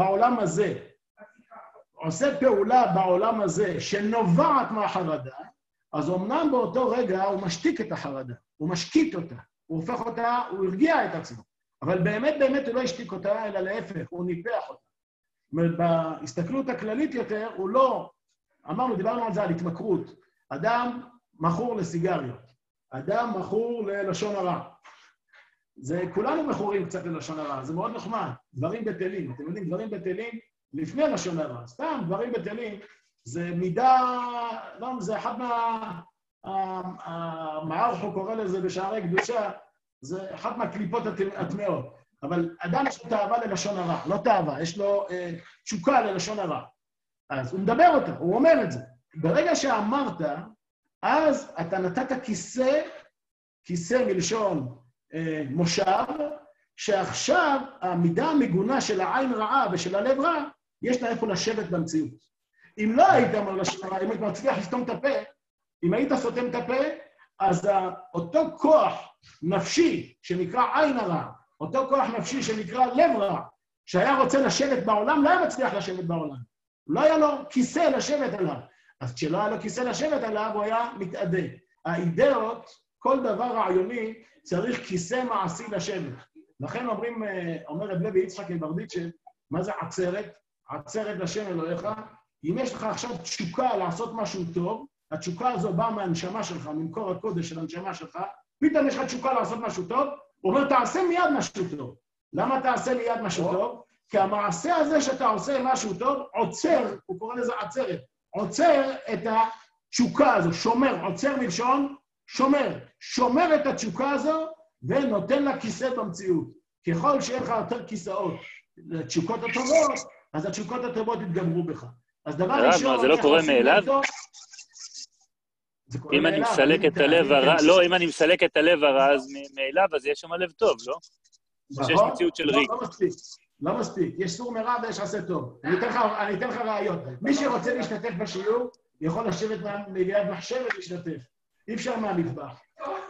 Speaker 1: בעולם הזה, שנובעת מהחרדה, אז אמנם באותו רגע הוא משתיק את החרדה, הוא משקיט אותה, הוא הופך אותה, הוא הרגיע את עצמו. אבל באמת הוא לא השתיק אותה, אלא להפך, הוא ניפח אותה. זאת אומרת, בהסתכלות הכללית יותר, הוא לא, דיברנו על זה, על התמכרות. אדם מכור לסיגריות, אדם מכור ללשון הרע. כולנו מכורים קצת ללשון הרע, זה מאוד נחמד. דברים בטלים, אתם יודעים, דברים בטלים לפני לשון הרע. סתם, דברים בטלים, זה מידה, זה אחד המערך הוא קורא לזה בשערי קדושה, זה אחת מהקליפות הטמאות. אבל אדם יש לו תאווה ללשון הרע, לא תאווה, יש לו תשוקה ללשון הרע. אז הוא מדבר אותה, הוא אומר את זה. ברגע שאמרת, אז אתה נתת כיסא מלשון מושב, שעכשיו המידה המגונה של העין רעה ושל הלב רע, יש לה איפה לשבת במציאות. אם לא היית אומר לשון הרע, אם היית מצליח לסתום את הפה, אם היית סותם את הפה, אז אותו כוח נפשי שנקרא עין הרע, אותו כוח נפשי שנקרא לב רע, שהיה רוצה לשבת בעולם, לא היה מצליח לשבת בעולם. לא היה לו כיסא לשבת עליו. אז כשלא היה לו כיסא לשבת עליו, הוא היה מתאדה. האידאות, כל דבר רעיוני, צריך כיסא מעשי לשבת. לכן אומר רב לוי יצחק מברדיצ'ב, מה זה עצרת? עצרת לשם אלוהיך. אם יש לך עכשיו תשוקה לעשות משהו טוב, התשוקה הזו באה מהנשמה שלך, ממקור הקודש של הנשמה שלך, פתאום יש לך תשוקה לעשות משהו טוב, הוא אומר, תעשה מיד משהו טוב. למה תעשה מיד משהו טוב? כי המעשה הזה שאתה עושה משהו טוב, עוצר, הוא קורא לזה עצרת, עוצר את התשוקה הזו, שומר, עוצר מלשון, שומר את התשוקה הזו, ונותן לה כיסא במציאות. ככל שיהיה לך יותר כיסאות לתשוקות הטובות, אז התשוקות הטובות יתגברו בך. אז דבר ראשון...
Speaker 6: זה לא קורה מאליו? אם אני מסלק את הלב הרע, לא, אם אני מסלק את הלב הרע, אז מאליו, אז יש שם לב טוב, לא? שיש מציאות של ריק.
Speaker 1: לא מספיק, יש סור מרע ויש עשה טוב. אני אתן לך רעיון. מי שרוצה להשתתף בשיעור, יכול לשבת ליד מחשב ולהשתתף. אי אפשר מהמטבח.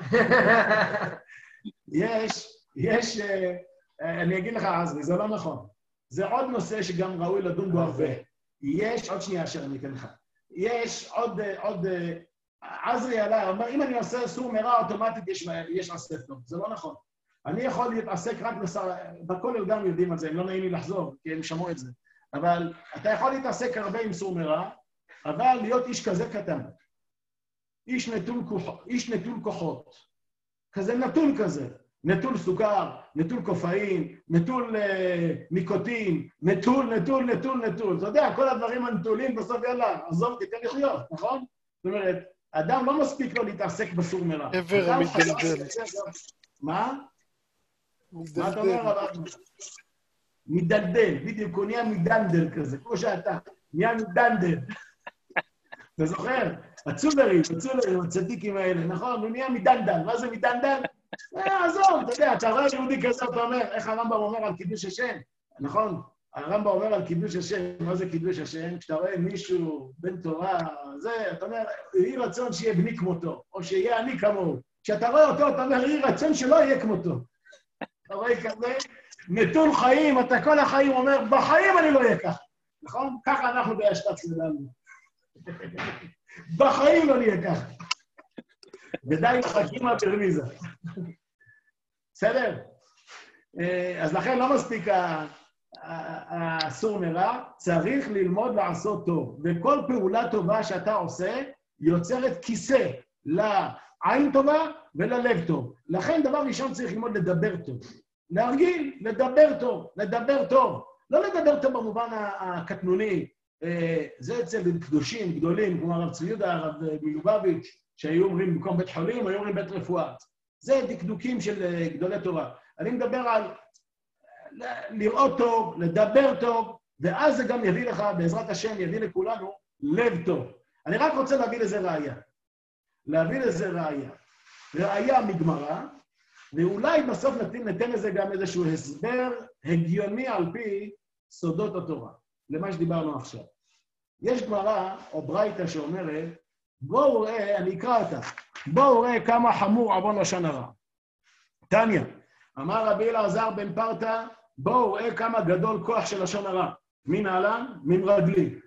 Speaker 1: אני אגיד לך, עזרי, זה לא נכון. זה עוד נושא שגם ראוי לדון בו הרבה. יש, עוד שנייה אשר אני אתן לך. יש עוד עזרי עלה, אומר, אם אני עושה סור מרע, אוטומטית יש עשה טוב. זה לא נכון. אני יכול להתעסק רק בכולל גם יודעים על זה, הם לא נעים לי לחזור, כי הם שמעו את זה. אבל אתה יכול להתעסק הרבה עם סור מרע, אבל להיות איש כזה קטן. איש נטול כוחות. כזה נטול כזה. נטול סוכר, נטול קופאין, נטול ניקוטין, נטול. אתה יודע, כל הדברים הנטולים בסוף יאללה, עזוב, תיתן לחיות, נכון? זאת אומרת, אדם לא מספיק לו להתעסק בסור מרע.
Speaker 4: עבר המתדלדל.
Speaker 1: מה? מה אתה אומר? מדלדל, בדיוק, הוא נהיה מדנדל כזה, כמו שאתה, נהיה מדנדל. אתה זוכר? הצולרים, הצדיקים האלה, נכון? הוא נהיה מדנדל. מה זה מדנדל? עזוב, אתה יודע, אתה רואה יהודי כזה, אתה אומר, איך הרמב"ם אומר על קידוש השם? נכון? הרמב"ם אומר על קידוש השם, מה זה קידוש השם? כשאתה רואה מישהו בן תורה, זה, אתה אומר, יהי רצון שיהיה בני כמותו, או שיהיה אני כמוהו. כשאתה רואה אותו, אתה אומר, יהי רצון שלא יהיה כמותו. אתה רואה כזה? נטול חיים, אתה כל החיים אומר, בחיים אני לא אהיה ככה. נכון? ככה אנחנו בהשתת לדענו. בחיים לא נהיה ככה. ודי חכימה ברמיזה. בסדר? אז לכן לא מספיק הסור מרע, צריך ללמוד לעשות טוב. וכל פעולה טובה שאתה עושה, יוצרת כיסא לעין טובה וללב טוב. לכן דבר ראשון צריך ללמוד לדבר טוב. להרגיל, לדבר טוב. לא לדבר טוב במובן הקטנוני. זה אצל קדושים גדולים, כמו הרב צבי יהודה, הרב מלובביץ', שהיו אומרים במקום בית חולים, היו אומרים בית רפואה. זה דקדוקים של גדולי תורה. אני מדבר על לראות טוב, לדבר טוב, ואז זה גם יביא לך, בעזרת השם, יביא לכולנו לב טוב. אני רק רוצה להביא לזה ראייה. ראייה מגמרא, ואולי בסוף ניתן לזה גם איזשהו הסבר הגיוני על פי סודות התורה, למה שדיברנו עכשיו. יש גמרא או ברייתא שאומרת, בואו ראה, אני אקרא אותה, בואו ראה כמה חמור עוון לשון הרע. תניא, אמר רבי אלעזר בן פרתא, בואו ראה כמה גדול כוח של לשון הרע. מן נהלן? מן רגלי.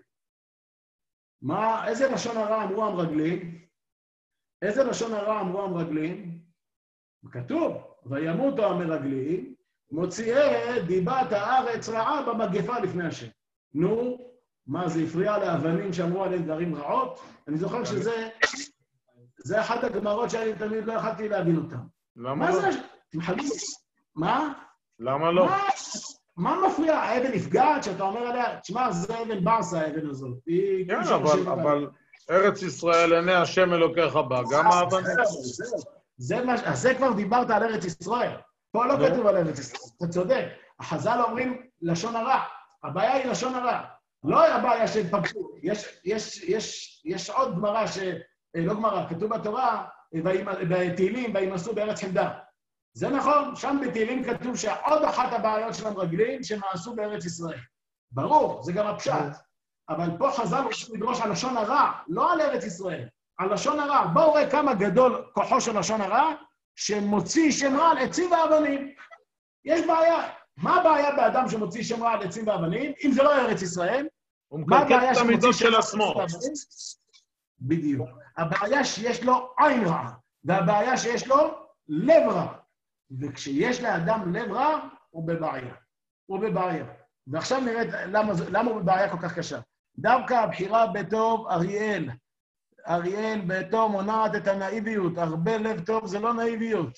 Speaker 1: איזה לשון הרע אמרו המרגלים? איזה לשון הרע אמרו המרגלים? כתוב, וימותו המרגלים, מוציאי דיבת הארץ רעה במגפה לפני השם. נו, מה זה הפריע לאבנים שאמרו עליהם דברים רעות? אני זוכר זה אחת הגמרות שאני תמיד לא יכולתי להבין אותם.
Speaker 7: למה
Speaker 1: מה
Speaker 7: לא?
Speaker 1: זה? תמחלו. מה?
Speaker 7: למה לא?
Speaker 1: מה מפריע? האבן נפגעת שאתה אומר עליה, תשמע, זה אבן ברסה, האבן הזאת.
Speaker 7: כן, אבל ארץ ישראל עיני השם אלוקיך בה, גם האבנים.
Speaker 1: זה כבר דיברת על ארץ ישראל. פה לא כתוב על ארץ ישראל. אתה צודק. החז"ל אומרים לשון הרע. הבעיה היא לשון הרע. לא הבעיה שפגעו. יש עוד גמרא לא גמרא, כתוב בתורה, בתהילים, וימאסו בארץ חמדה. זה נכון, שם בתהילים כתוב שעוד אחת הבעיות של המרגלים שמאסו בארץ ישראל. ברור, זה גם הפשט. אבל פה חז"ל רוצים לדרוש על לשון הרע, לא על ארץ ישראל, על לשון הרע. בואו ראה כמה גדול כוחו של לשון הרע, שמוציא שם רע על עצים ואבנים. יש בעיה. מה הבעיה באדם שמוציא שם רע על עצים ואבנים, אם זה לא ארץ ישראל?
Speaker 7: הוא מקלקל את המידות של עצמו.
Speaker 1: בדיוק. הבעיה שיש לו עין רע, והבעיה שיש לו לב רע. וכשיש לאדם לב רע, הוא בבעיה. הוא בבעיה. ועכשיו נראה למה הוא בבעיה כל כך קשה. דווקא הבחירה בטוב אריאל. אריאל בטוב מונעת את הנאיביות. הרבה לב טוב זה לא נאיביות.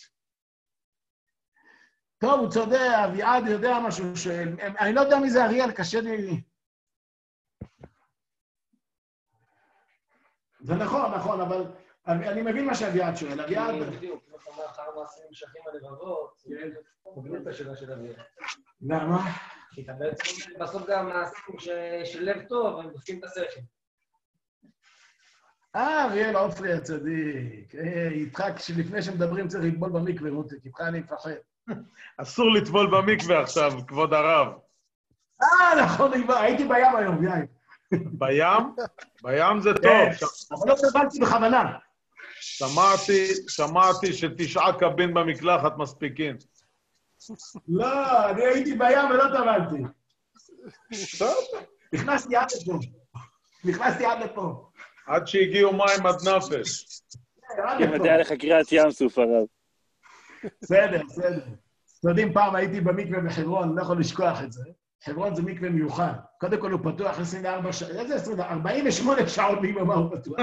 Speaker 1: טוב, הוא צודק, אביעד יודע מה שהוא שואל. אני לא יודע מי זה אריאל, קשה לי. זה נכון, נכון, אבל אני מבין מה שאביעד שואל. אביעד...
Speaker 8: בדיוק, כמו שאומר, אחר מעשים נמשכים הלבבות, הוא מבין את השאלה של אביעד.
Speaker 1: למה?
Speaker 8: כי אתה בעצם בסוף גם מעשים של לב טוב, הם עושים את השכל.
Speaker 1: אריאל עופרי הצדיק. יצחק שלפני שמדברים צריך לטבול במקווה, מותק, איתך אני מפחד.
Speaker 7: אסור לטבול במקווה עכשיו, כבוד הרב.
Speaker 1: נכון, הייתי בים היום, יאיר.
Speaker 7: בים? בים זה טוב.
Speaker 1: אבל לא טבלתי בכוונה.
Speaker 7: שמעתי ש9 קבין במקלחת מספיקים.
Speaker 1: לא, אני הייתי בים ולא טבלתי. נכנסתי עד לפה.
Speaker 7: עד שהגיעו מים עד נפש.
Speaker 6: כן, מדע לך קריאת ים סוף הרב.
Speaker 1: בסדר. אתם יודעים, פעם הייתי במקווה בחברון, אני לא יכול לשכוח את זה. חברון זה מקווה מיוחד. קודם כל הוא פתוח 24 שעות, איזה 48 שעות ביממה הוא פתוח.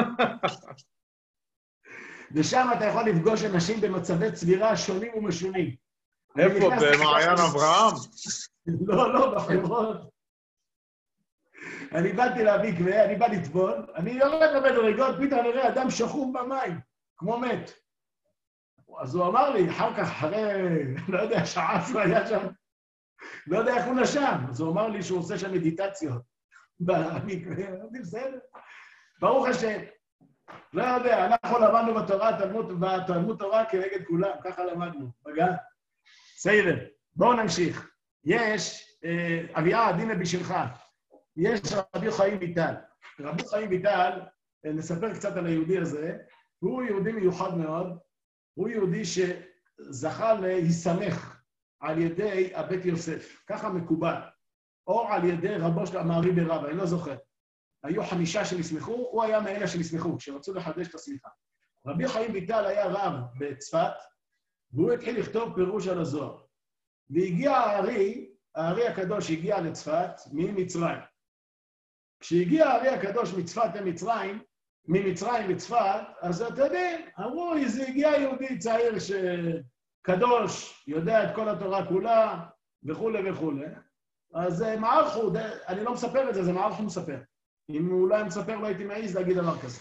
Speaker 1: ושם אתה יכול לפגוש אנשים במצבי צבירה שונים ומשונים.
Speaker 7: איפה? במעיין אברהם?
Speaker 1: לא, בחברון. אני באתי למקווה, אני בא לטבול, אני יורד במדרגות, פתאום אני רואה אדם שחום במים, כמו מת. אז הוא אמר לי, אחרי, לא יודע, שעה הוא היה שם, לא יודע איך הוא נשם, אז הוא אמר לי שהוא עושה שם מדיטציות. במקווה, אמרתי, בסדר. ברוך השם. לא יודע, אנחנו למדנו בתלמוד תורה כנגד כולם, ככה למדנו, בגן. בסדר, בואו נמשיך. יש, אביעד, הנה בשבילך, יש רבי חיים ויטל. רבי חיים ויטל, נספר קצת על היהודי הזה, הוא יהודי מיוחד מאוד, הוא יהודי שזכה להיסמך על ידי הבית יוסף, ככה מקובל, או על ידי רבו של המערי ברבא, אני לא זוכר. היו 5 שנסמכו, הוא היה מאלה שנסמכו, כשרצו לחדש את הסמיכה. רבי חיים ויטל היה רב בצפת, והוא התחיל לכתוב פירוש על הזוהר. והגיע הארי הקדוש הגיע לצפת ממצרים. כשהגיע הארי הקדוש מצפת למצרים, ממצרים לצפת, אז אתה יודע, אמרו, זה הגיע יהודי צעיר שקדוש, יודע את כל התורה כולה, וכו' וכו'. אז מערכו, אני לא מספר את זה, זה מערכו מספר. אם הוא לא היה מספר, לא הייתי מעיז להגיד דבר כזה.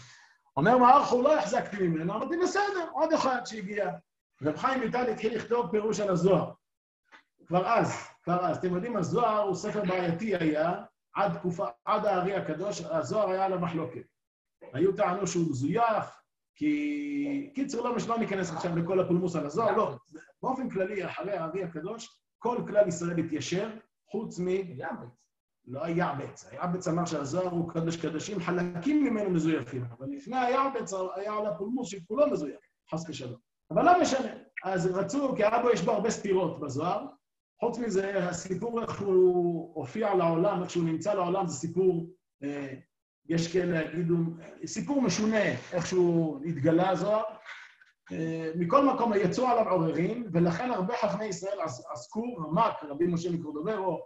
Speaker 1: אומר מערכו, לא החזקתי ממנו, אמרתי, בסדר, עוד אחד שהגיע. רב חיים ויטל התחיל לכתוב פירוש על הזוהר. כבר אז. אתם יודעים, הזוהר הוא ספר בעייתי היה, עד הארי הקדוש, הזוהר היה עליו מחלוקת. היו טענו שהוא מזויף, כי קיצור לא ניכנס עכשיו לכל הפולמוס על הזוהר, לא. באופן כללי, אחרי הארי הקדוש, כל כלל ישראל התיישר, חוץ מיעבץ. לא היעבץ. היעבץ אמר שהזוהר הוא קדוש קדשים, חלקים ממנו מזויפים, אבל לפני היעבץ היה על הפולמוס שכולו מזויף, חס ושלום. אבל לא משנה. אז רצו, כי אבו יש בו הרבה סתירות בזוהר, חוץ מזה, הסיפור איך הוא הופיע לעולם, איך שהוא נמצא לעולם, זה סיפור, יש כאלה יגידו, סיפור משונה, איך שהוא התגלה זוהר. מכל מקום יצאו עליו עוררים, ולכן הרבה חכמי ישראל עסקו, רמ"ק, רבי משה מקורדוברו,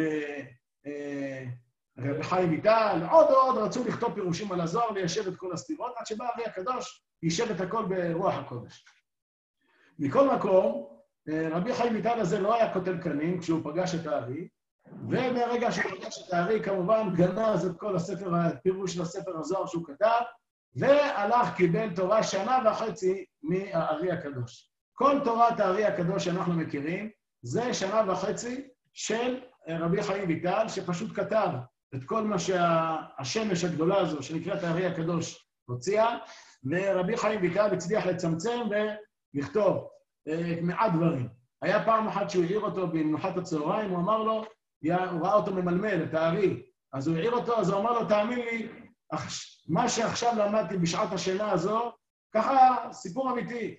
Speaker 1: ורבי חיים ויטל, עוד רצו לכתוב פירושים על הזוהר, ליישב את כל הסתירות, עד שבא הארי הקדוש, יישב את הכל ברוח הקודש. מכל מקום, רבי חיים ויטל הזה לא היה כותב קנים כשהוא פגש את הארי, ומהרגע שהוא פגש את הארי, כמובן גנז את כל הספר, הפירוש של הספר הזוהר שהוא כתב, והלך קיבל תורה 1.5 שנה מהארי הקדוש. כל תורת הארי הקדוש שאנחנו מכירים, זה 1.5 שנה של רבי חיים ויטל, שפשוט כתב את כל מה שהשמש הגדולה הזו, שנקראת הארי הקדוש, הוציאה, ורבי חיים ויטל הצליח לצמצם ולכתוב מעט דברים. היה פעם אחת שהוא העיר אותו במנוחת הצהריים, הוא אמר לו, הוא ראה אותו ממלמל, את הארי, אז הוא העיר אותו, אז הוא אמר לו, תאמין לי, מה שעכשיו למדתי בשעת השינה הזו, ככה סיפור אמיתי,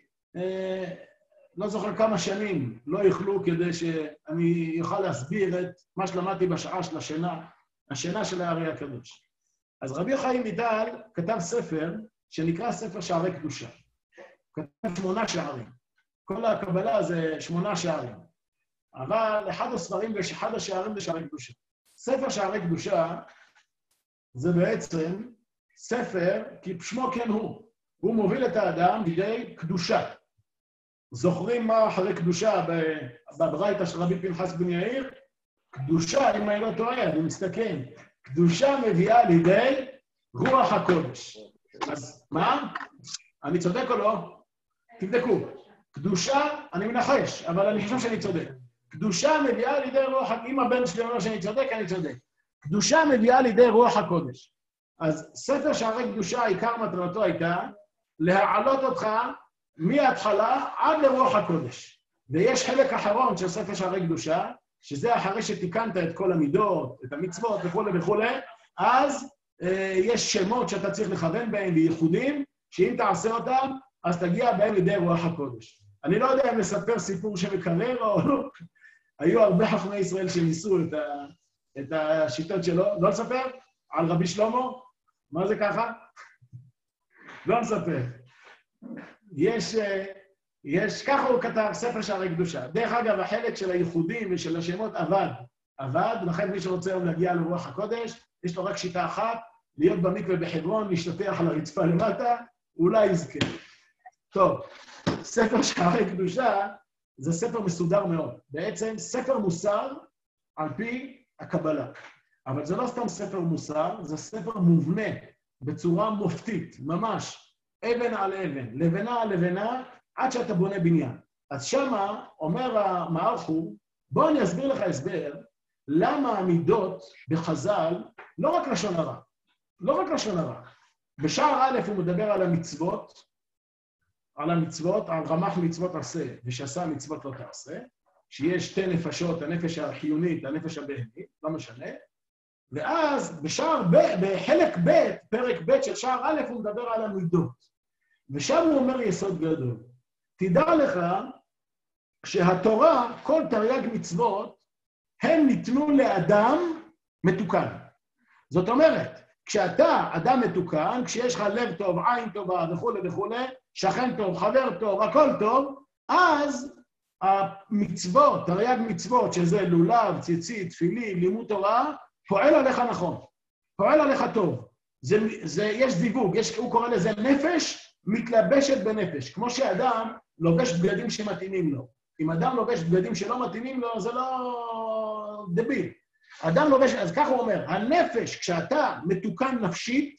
Speaker 1: לא זוכר כמה שנים לא יוכלו כדי שאני יוכל להסביר את מה שלמדתי בשעה של השינה של הארי הקדוש. אז רבי חיים ויטל כתב ספר שנקרא ספר שערי קדושה. הוא כתב 8 שערים. כל הקבלה זה 8 שערים. אבל אחד הספרים ואחד השערים זה שערי קדושה. ספר שערי קדושה זה בעצם ספר, כי שמו כן הוא מוביל את האדם לידי קדושה. זוכרים מה אחרי קדושה בברייתא של רבי פנחס בן יאיר? קדושה, אם אני לא טועה, אני מסתכן. קדושה מביאה לידי רוח הקודש. אז מה? אני צודק או לא? תבדקו. קדושה, אני מנחש, אבל אני חושב שאני צודק. קדושה מביאה לידי רוח, אם הבן שלי אומר שאני צודק, אני צודק. קדושה מביאה לידי רוח הקודש. אז ספר שערי קדושה, עיקר מטרתו הייתה להעלות אותך מההתחלה עד לרוח הקודש. ויש חלק אחרון של ספר שערי קדושה, שזה אחרי שתיקנת את כל המידות, את המצוות וכו' וכו', אז יש שמות שאתה צריך לכוון בהם וייחודים, שאם תעשה אותם, אז תגיע בהם לידי רוח הקודש. אני לא יודע אם לספר סיפור שמקרר או לא. היו הרבה חכמי ישראל שניסו את השיטות שלו. לא לספר? על רבי שלמה? מה זה ככה? לא נספר. ככה הוא כתב ספר שערי קדושה. דרך אגב, החלק של הייחודים ושל השמות עבד, לכן מי שרוצה היום להגיע לרוח הקודש, יש לו רק שיטה אחת, להיות במקווה בחברון, להשתטח על הרצפה למטה, אולי יזכה. טוב, ספר שערי קדושה זה ספר מסודר מאוד. בעצם ספר מוסר על פי הקבלה. אבל זה לא סתם ספר מוסר, זה ספר מובנה בצורה מופתית, ממש, אבן על אבן, לבנה על לבנה, עד שאתה בונה בניין. אז שמה אומר המערכו, בוא אני אסביר לך הסבר, למה המידות בחז"ל, לא רק לשון הרע, לא רק לשון הרע. בשער א' הוא מדבר על המצוות, על רמ"ח מצוות עשה, ושעשה מצוות לא תעשה, שיש 2 נפשות, הנפש החיונית, הנפש הבהמית, לא משנה, ואז בחלק ב', פרק ב' של שער א', הוא מדבר על המידות. ושם הוא אומר יסוד גדול. תדע לך שהתורה, כל תרי"ג מצוות, הם ניתנו לאדם מתוקן. זאת אומרת, כשאתה אדם מתוקן, כשיש לך לב טוב, עין טובה וכו' וכו', שכן טוב, חבר טוב, הכל טוב, אז המצוות, תרי"ג מצוות, שזה לולב, ציצית, תפילין, לימוד תורה, פועל עליך נכון, פועל עליך טוב. יש זיווג, הוא קורא לזה נפש מתלבשת בנפש, כמו שאדם לובש בגדים שמתאימים לו. אם אדם לובש בגדים שלא מתאימים לו, זה לא דביל. אדם לובש, אז ככה הוא אומר, הנפש, כשאתה מתוקן נפשית,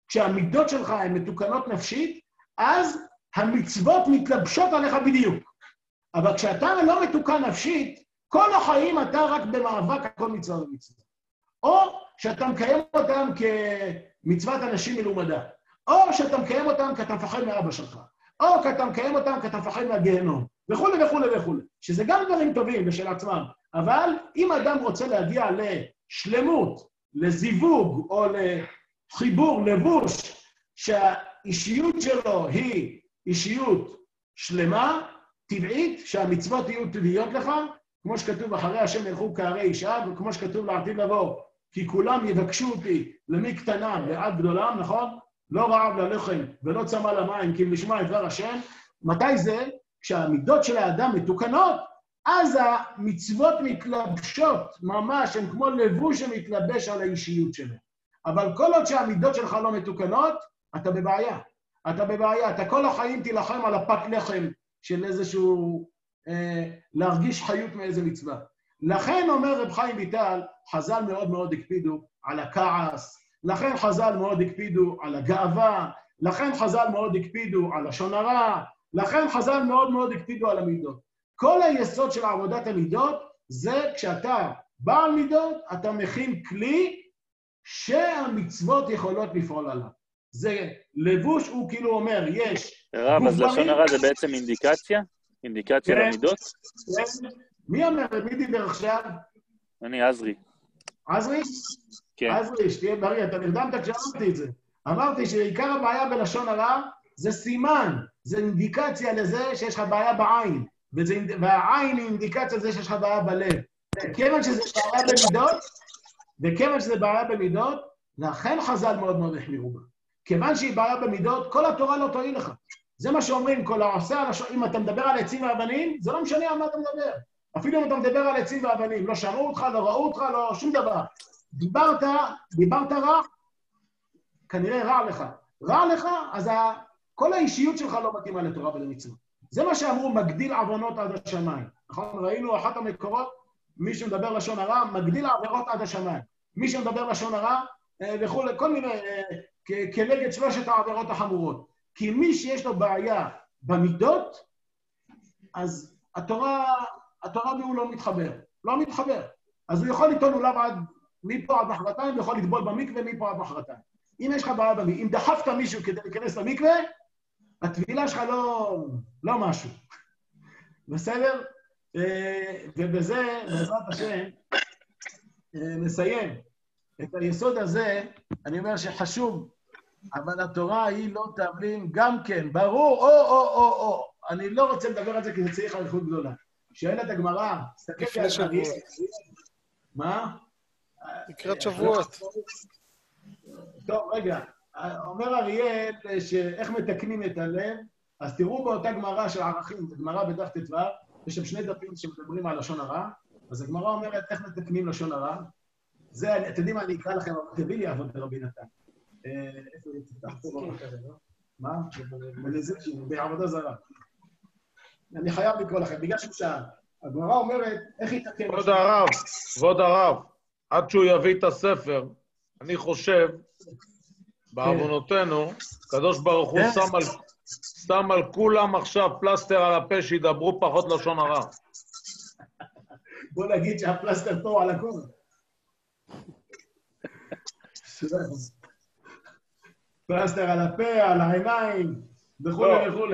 Speaker 1: כשהמידות שלך הן מתוקנות נפשית, אז המצוות מתלבשות עליך בדיוק. אבל כשאתה לא מתוקן נפשית, כל החיים אתה רק במאבק על כל מצווה ומצווה. או שאתה מקיים אותם כמצוות אנשים מלומדה, או שאתה מקיים אותם כי אתה מפחד מאבא שלך, או כי אתה מקיים אותם כי אתה מפחד מהגיהנום, וכולי וכולי וכולי. שזה גם דברים טובים בשל עצמם. אבל אם אדם רוצה להגיע לשלמות, לזיווג או לחיבור, לבוש, שהאישיות שלו היא אישיות שלמה, טבעית, שהמצוות יהיו טבעיות לך, כמו שכתוב, אחרי השם ילכו כערי ישעד, וכמו שכתוב לעתיד לבוא, כי כולם יבקשו אותי למי קטנם ועד גדולם, נכון? לא רעב ללחם ולא צמא למים, כי אם לשמוע את דבר השם. מתי זה? כשהמידות של האדם מתוקנות, אז המצוות מתלבשות, ממש, הן כמו לבוש שמתלבש על האישיות שלהם. אבל כל עוד שהמידות שלך לא מתוקנות, אתה בבעיה. אתה בבעיה. אתה כל החיים תילחם על הפת לחם של איזשהו, להרגיש חיות מאיזה מצווה. לכן אומר רב חיים ויטל, חז"ל מאוד מאוד הקפידו על הכעס, לכן חז"ל מאוד הקפידו על הגאווה, לכן חז"ל מאוד הקפידו על לשון הרע, לכן חז"ל מאוד מאוד הקפידו על המידות. כל היסוד של עבודת המידות זה כשאתה בעל מידות, אתה מכין כלי שהמצוות יכולות לפעול עליו. זה לבוש, הוא כאילו אומר, יש...
Speaker 6: רב, אז לשון הרע זה בעצם אינדיקציה? אינדיקציה למידות?
Speaker 1: מי אומר? מי דיבר עכשיו?
Speaker 6: אני, עזרי.
Speaker 1: עזרי?
Speaker 6: כן.
Speaker 1: עזרי, שתהיה בריא, אתה נרדמת כשאמרתי את זה. אמרתי שעיקר הבעיה בלשון הרע זה סימן, זה אינדיקציה לזה שיש לך בעיה בעין, והעין היא אינדיקציה לזה שיש לך בעיה בלב. כיוון שזה בעיה במידות, לכן חז"ל מאוד מאוד החמירו בה. כיוון שהיא בעיה במידות, כל התורה לא תועיל לך. זה מה שאומרים, כל העושה, אם אתה מדבר על עצים ואבנים, זה לא משנה על מה אתה מדבר. אפילו אם אתה מדבר על עצים ואבנים, לא שמעו אותך, לא ראו אותך, לא שום דבר. דיברת רע, כנראה רע לך. רע לך, אז כל האישיות שלך לא מתאימה לתורה ולמצוות. זה מה שאמרו, מגדיל עוונות עד השמיים. נכון? ראינו אחת המקורות, מי שמדבר לשון הרע, מגדיל עבירות עד השמיים. מי שמדבר לשון הרע, וכולי, כל מיני, כנגד שלושת העבירות החמורות. כי מי שיש לו בעיה במידות, אז התורה והוא לא מתחבר. לא מתחבר. אז הוא יכול לטעון אולי מפה עד מחרתיים, ויכול לטבול במקווה מפה עד מחרתיים. אם יש לך בעיה במקווה, אם דחפת מישהו כדי להיכנס למקווה, הטבילה שלך לא משהו. בסדר? ובזה, בעזרת השם, נסיים. את היסוד הזה, אני אומר שחשוב, אבל התורה היא לא תבלין גם כן, ברור, או. אני לא רוצה לדבר על זה כי זה צריך אריכות גדולה. שואלת הגמרא, תסתכל על שבועות. מה?
Speaker 4: לקראת שבועות.
Speaker 1: טוב, רגע. אומר אריאל שאיך מתקנים את הלב, אז תראו באותה גמרא של ערכים, גמרא בדף ט"ו, יש שם שני דפים שמדברים על לשון הרע, אז הגמרא אומרת איך מתקנים לשון הרע. זה, אתם יודעים מה אני אקרא לכם, אבל תביא לי אבות ברבי נתן. איפה זה תפתח פה? מה? בעבודה זרה. אני חייב לקרוא לכם, בגלל שהוא שאל. הגמרא אומרת, איך יתקן?
Speaker 7: כבוד הרב, עד שהוא יביא את הספר, אני חושב, בעוונותינו, קדוש ברוך הוא שם על כולם עכשיו פלסטר על הפה שידברו פחות לשון הרע.
Speaker 1: בוא נגיד שהפלסטר פה על הכל. פלסטר על הפה, על העיניים, וכולי וכולי.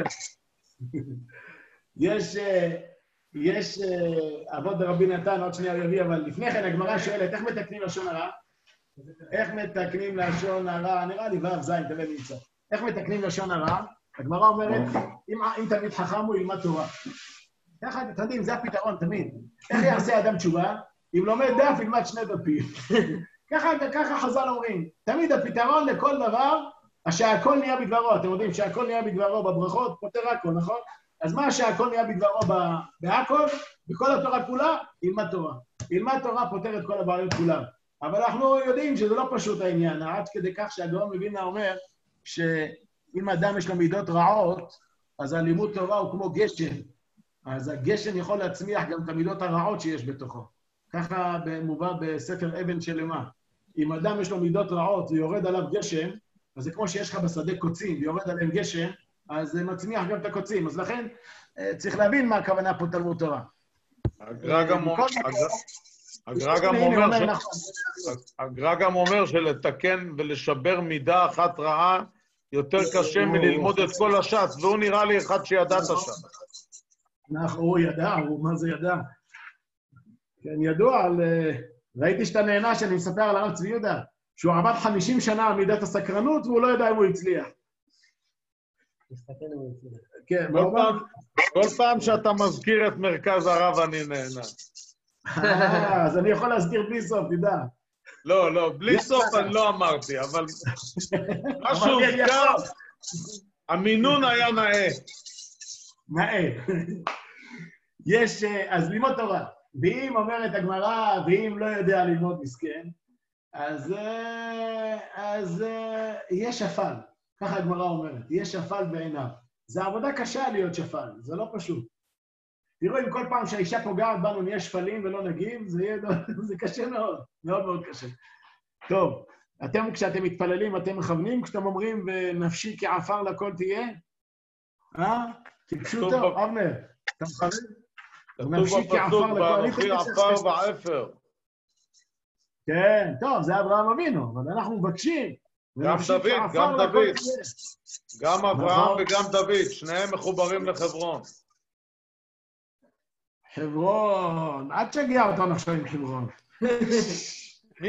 Speaker 1: יש אבות דרבי נתן, עוד שנייה יביא, אבל לפני כן הגמרא שואלת, איך מתקנים לשון הרע? איך מתקנים לשון הרע? נראה לי ו' ז' תמיד נמצא. איך מתקנים לשון הרע? הגמרא אומרת, אם תלמיד חכם הוא ילמד תורה. ככה, אתם יודעים, זה הפתרון תמיד. איך יעשה אדם תשובה? אם לומד דף, ילמד שני דפים. ככה חז"ל אומרים. תמיד הפתרון לכל דבר, שהכל נהיה בדברו. אתם יודעים, שהכל נהיה בדברו בברכות, פותר הכל, נכון? אז מה שהכל נהיה בדברו בהכל, בכל התורה כולה, ילמד תורה. ילמד תורה פותר את כל הבעיות כולם. אבל אנחנו יודעים שזה לא פשוט העניין, עד כדי כך שהגאון מווילנה אומר שאם אדם יש לו מידות רעות, אז הלימוד תורה הוא כמו גשם. אז הגשם יכול להצמיח גם את המידות הרעות שיש בתוכו. ככה מובא בספר אבן שלמה. אם אדם יש לו מידות רעות, זה יורד עליו גשם, אז זה כמו שיש לך בשדה קוצים ויורד עליהם גשם, אז זה מצמיח גם את הקוצים. אז לכן צריך להבין מה הכוונה פה תלמוד תורה.
Speaker 7: הגר"א גם אומר שלתקן ולשבר מידה אחת רעה יותר קשה מללמוד את כל הש"ס, והוא נראה לי אחד שידע את הש"ס.
Speaker 1: נכון, הוא ידע, מה זה ידע? כן, ידוע על... ראיתי שאתה נהנה שאני מספר על הרב צבי יהודה, שהוא עבד 50 שנה על מידת הסקרנות, והוא לא ידע אם הוא הצליח. כן,
Speaker 7: כל פעם שאתה מזכיר את מרכז הרב אני נהנה.
Speaker 1: אז אני יכול להזכיר בלי סוף, תדע.
Speaker 7: לא, בלי סוף אני לא אמרתי, אבל מה שהוזכר, המינון היה נאה.
Speaker 1: נאה. יש, אז ללמוד תורה. ואם אומרת הגמרא, ואם לא יודע ללמוד מסכן, אז יהיה שפל. ככה הגמרא אומרת, יהיה שפל בעיניו. זה עבודה קשה להיות שפל, זה לא פשוט. תראו, אם כל פעם שהאישה פוגעת בנו נהיה שפלים ולא נגיב, זה קשה מאוד, מאוד מאוד קשה. טוב, אתם כשאתם מתפללים, אתם מכוונים, כשאתם אומרים, ונפשי כעפר לכל תהיה? כפשוטו, אבנר, אתה מכוון?
Speaker 7: כתוב בפסוק, ואנוכי עפר ועפר.
Speaker 1: כן, טוב, זה אברהם אבינו, אבל אנחנו מבקשים.
Speaker 7: גם דוד, גם דוד. גם אברהם וגם דוד, שניהם מחוברים לחברון.
Speaker 1: חברון, עד שגיע אותנו עכשיו עם חברון.
Speaker 7: מי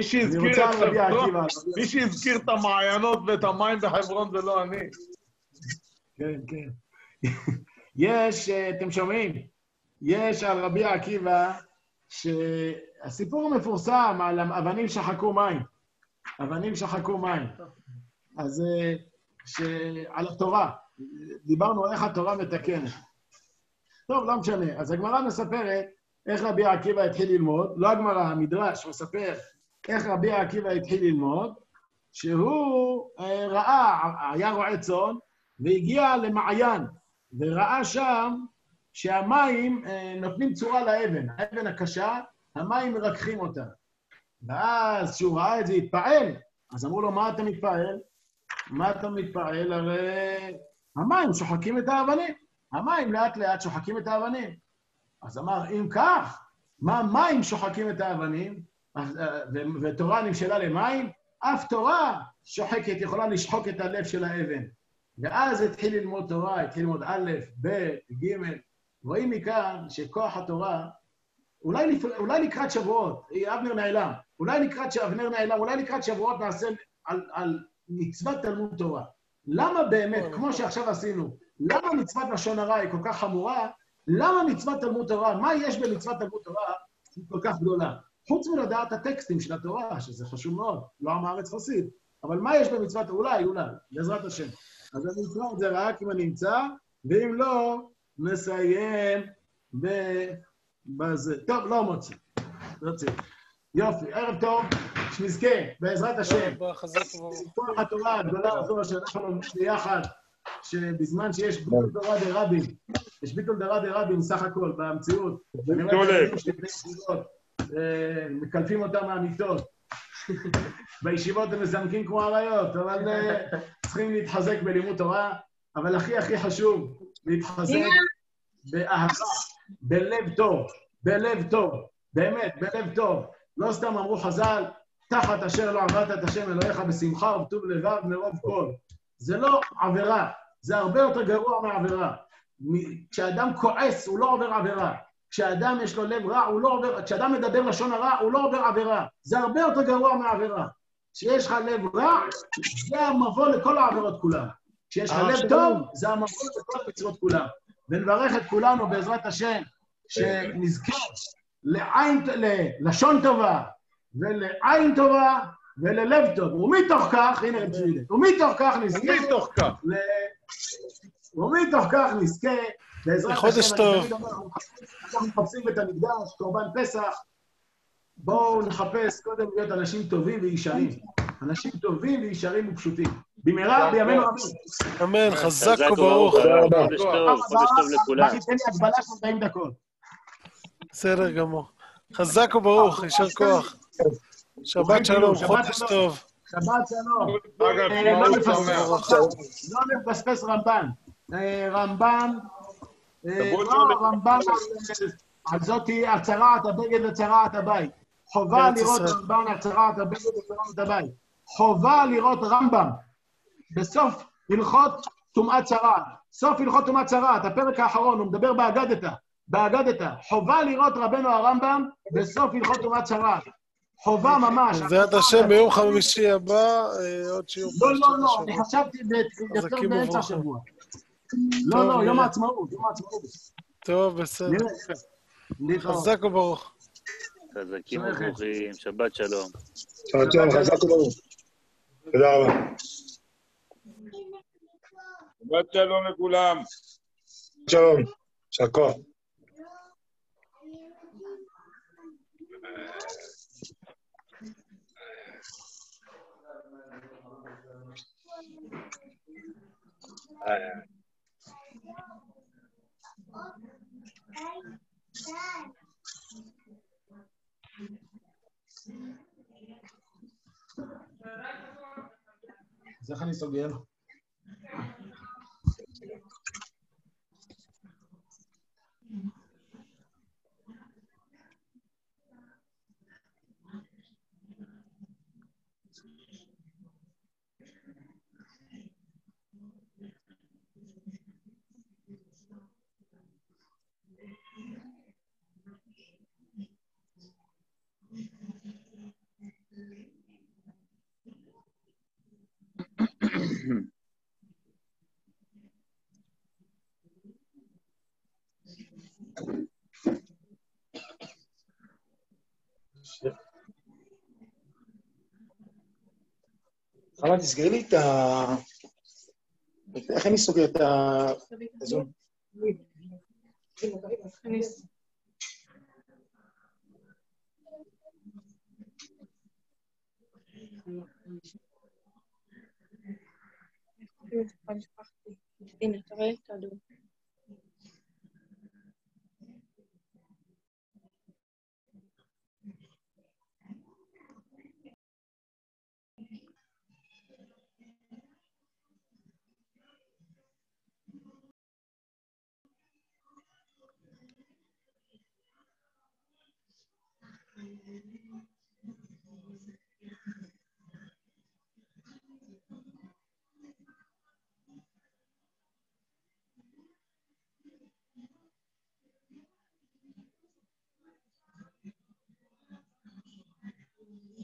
Speaker 7: שהזכיר את המעיינות ואת המים בחברון זה לא אני.
Speaker 1: כן, כן. יש, אתם שומעים? יש על רבי עקיבא, שהסיפור מפורסם על אבנים שחקו מים. אבנים שחקו מים. אז על התורה, דיברנו איך התורה מתקנת. טוב, לא משנה. אז הגמרא מספרת איך רבי עקיבא התחיל ללמוד, לא הגמרא, המדרש מספר איך רבי עקיבא התחיל ללמוד, שהוא היה רועה צאן, והגיע למעיין, וראה שם שהמים נותנים צורה לאבן, האבן הקשה, המים מרככים אותה. ואז כשהוא ראה את זה, התפעל. אז אמרו לו, מה אתה מתפעל? מה אתה מתפעל? הרי המים שוחקים את האבנים. המים לאט לאט שוחקים את האבנים. אז אמר, אם כך, מה מים שוחקים את האבנים? ותורה נמשלה למים? אף תורה שוחקת, יכולה לשחוק את הלב של האבן. ואז התחיל ללמוד תורה, התחיל ללמוד א', ב', ג', רואים מכאן שכוח התורה, אולי לקראת שבועות, אבנר נעלם, אולי לקראת שבועות נעשה על מצוות תלמוד תורה. למה באמת, כמו שעכשיו עשינו, למה מצוות לשון הרע היא כל כך חמורה? למה מצוות תלמוד תורה, מה יש במצוות תלמוד תורה היא כל כך גדולה? חוץ מלדעת הטקסטים של התורה, שזה חשוב מאוד, לא עם הארץ חסיד, אבל מה יש במצוות, אולי, בעזרת השם. אז אני אקרא את זה רק אם אני אמצא, ואם לא, נסיים בזה. טוב, לא מוצא. לא צריך. יופי, ערב טוב, שנזכה, בעזרת השם. סיפור התורה הגדולה הזו שאנחנו לומדים ביחד, שבזמן שיש ביטול תורה דרבים, יש ביטול תורה דרבים סך הכל, במציאות. מקלפים אותם מהמיטות. בישיבות הם מזנקים כמו אריות, אבל צריכים להתחזק בלימוד תורה, אבל הכי חשוב, להתחזק באהבה, בלב טוב, באמת, בלב טוב. לא סתם אמרו חז"ל, תחת אשר לא עבדת את השם אלוהיך בשמחה ובטוב לבב מרוב כל. זה לא עבירה, זה הרבה יותר גרוע מעבירה. כשאדם כועס, הוא לא עובר עבירה. כשאדם יש לו לב רע, הוא לא עובר, כשאדם מדבר לשון הרע, הוא לא עובר עבירה. זה הרבה יותר גרוע מעבירה. כשיש לך לב רע, זה המבוא לכל העבירות כולם. כשיש לך לב טוב, זה המבוא לכל המצוות כולם. ונברך את כולנו בעזרת השם, שנזכה ללשון טובה, ולעין טובה, וללב טוב. ומתוך כך, הנה רב צבי, ומתוך כך נזכה, בעזרת
Speaker 4: חודש טוב.
Speaker 1: אנחנו מחפשים בית המקדש, קורבן פסח. בואו נחפש קודם להיות אנשים טובים וישרים. אנשים טובים וישרים ופשוטים. במהרה, בימינו רבים.
Speaker 4: אמן, חזק וברוך.
Speaker 6: חודש טוב לכולם.
Speaker 1: תן לי הגבלה של 40 דקות.
Speaker 4: בסדר גמור. חזק וברוך, יישר כוח. שבת שלום, חודש טוב.
Speaker 1: שבת שלום.
Speaker 7: חג עצמאות שמח.
Speaker 1: לא נפספס רמב"ן. רמב"ן, רמב"ן על זאתי הצרת הבגד הצרת הבית. חובה לראות רמב"ן הצרת הבגד הצרת הבית. חובה לראות רמב"ם. בסוף הלכות טומאת צרת. סוף הלכות טומאת צרת, הפרק האחרון, הוא מדבר בהגדתא. חובה לראות רבנו הרמב"ם בסוף הלכות טומאת צרת. חובה ממש.
Speaker 4: בעזרת השם, ביום חמישי הבא, עוד שיעור.
Speaker 1: לא, אני חשבתי יותר באמצע השבוע. לא, יום העצמאות.
Speaker 4: טוב, בסדר. חזק וברוך.
Speaker 6: חזקים וברוכים, שבת שלום.
Speaker 5: שבת שלום, חזק וברוך. תודה רבה.
Speaker 9: שבת שלום לכולם.
Speaker 5: שלום, שקו.
Speaker 1: אז איך אני סוגר?
Speaker 5: חבל, תסגרי לי את ה... איך אני סוגר את הזום?
Speaker 2: הנה, אתה רואה? תעדו.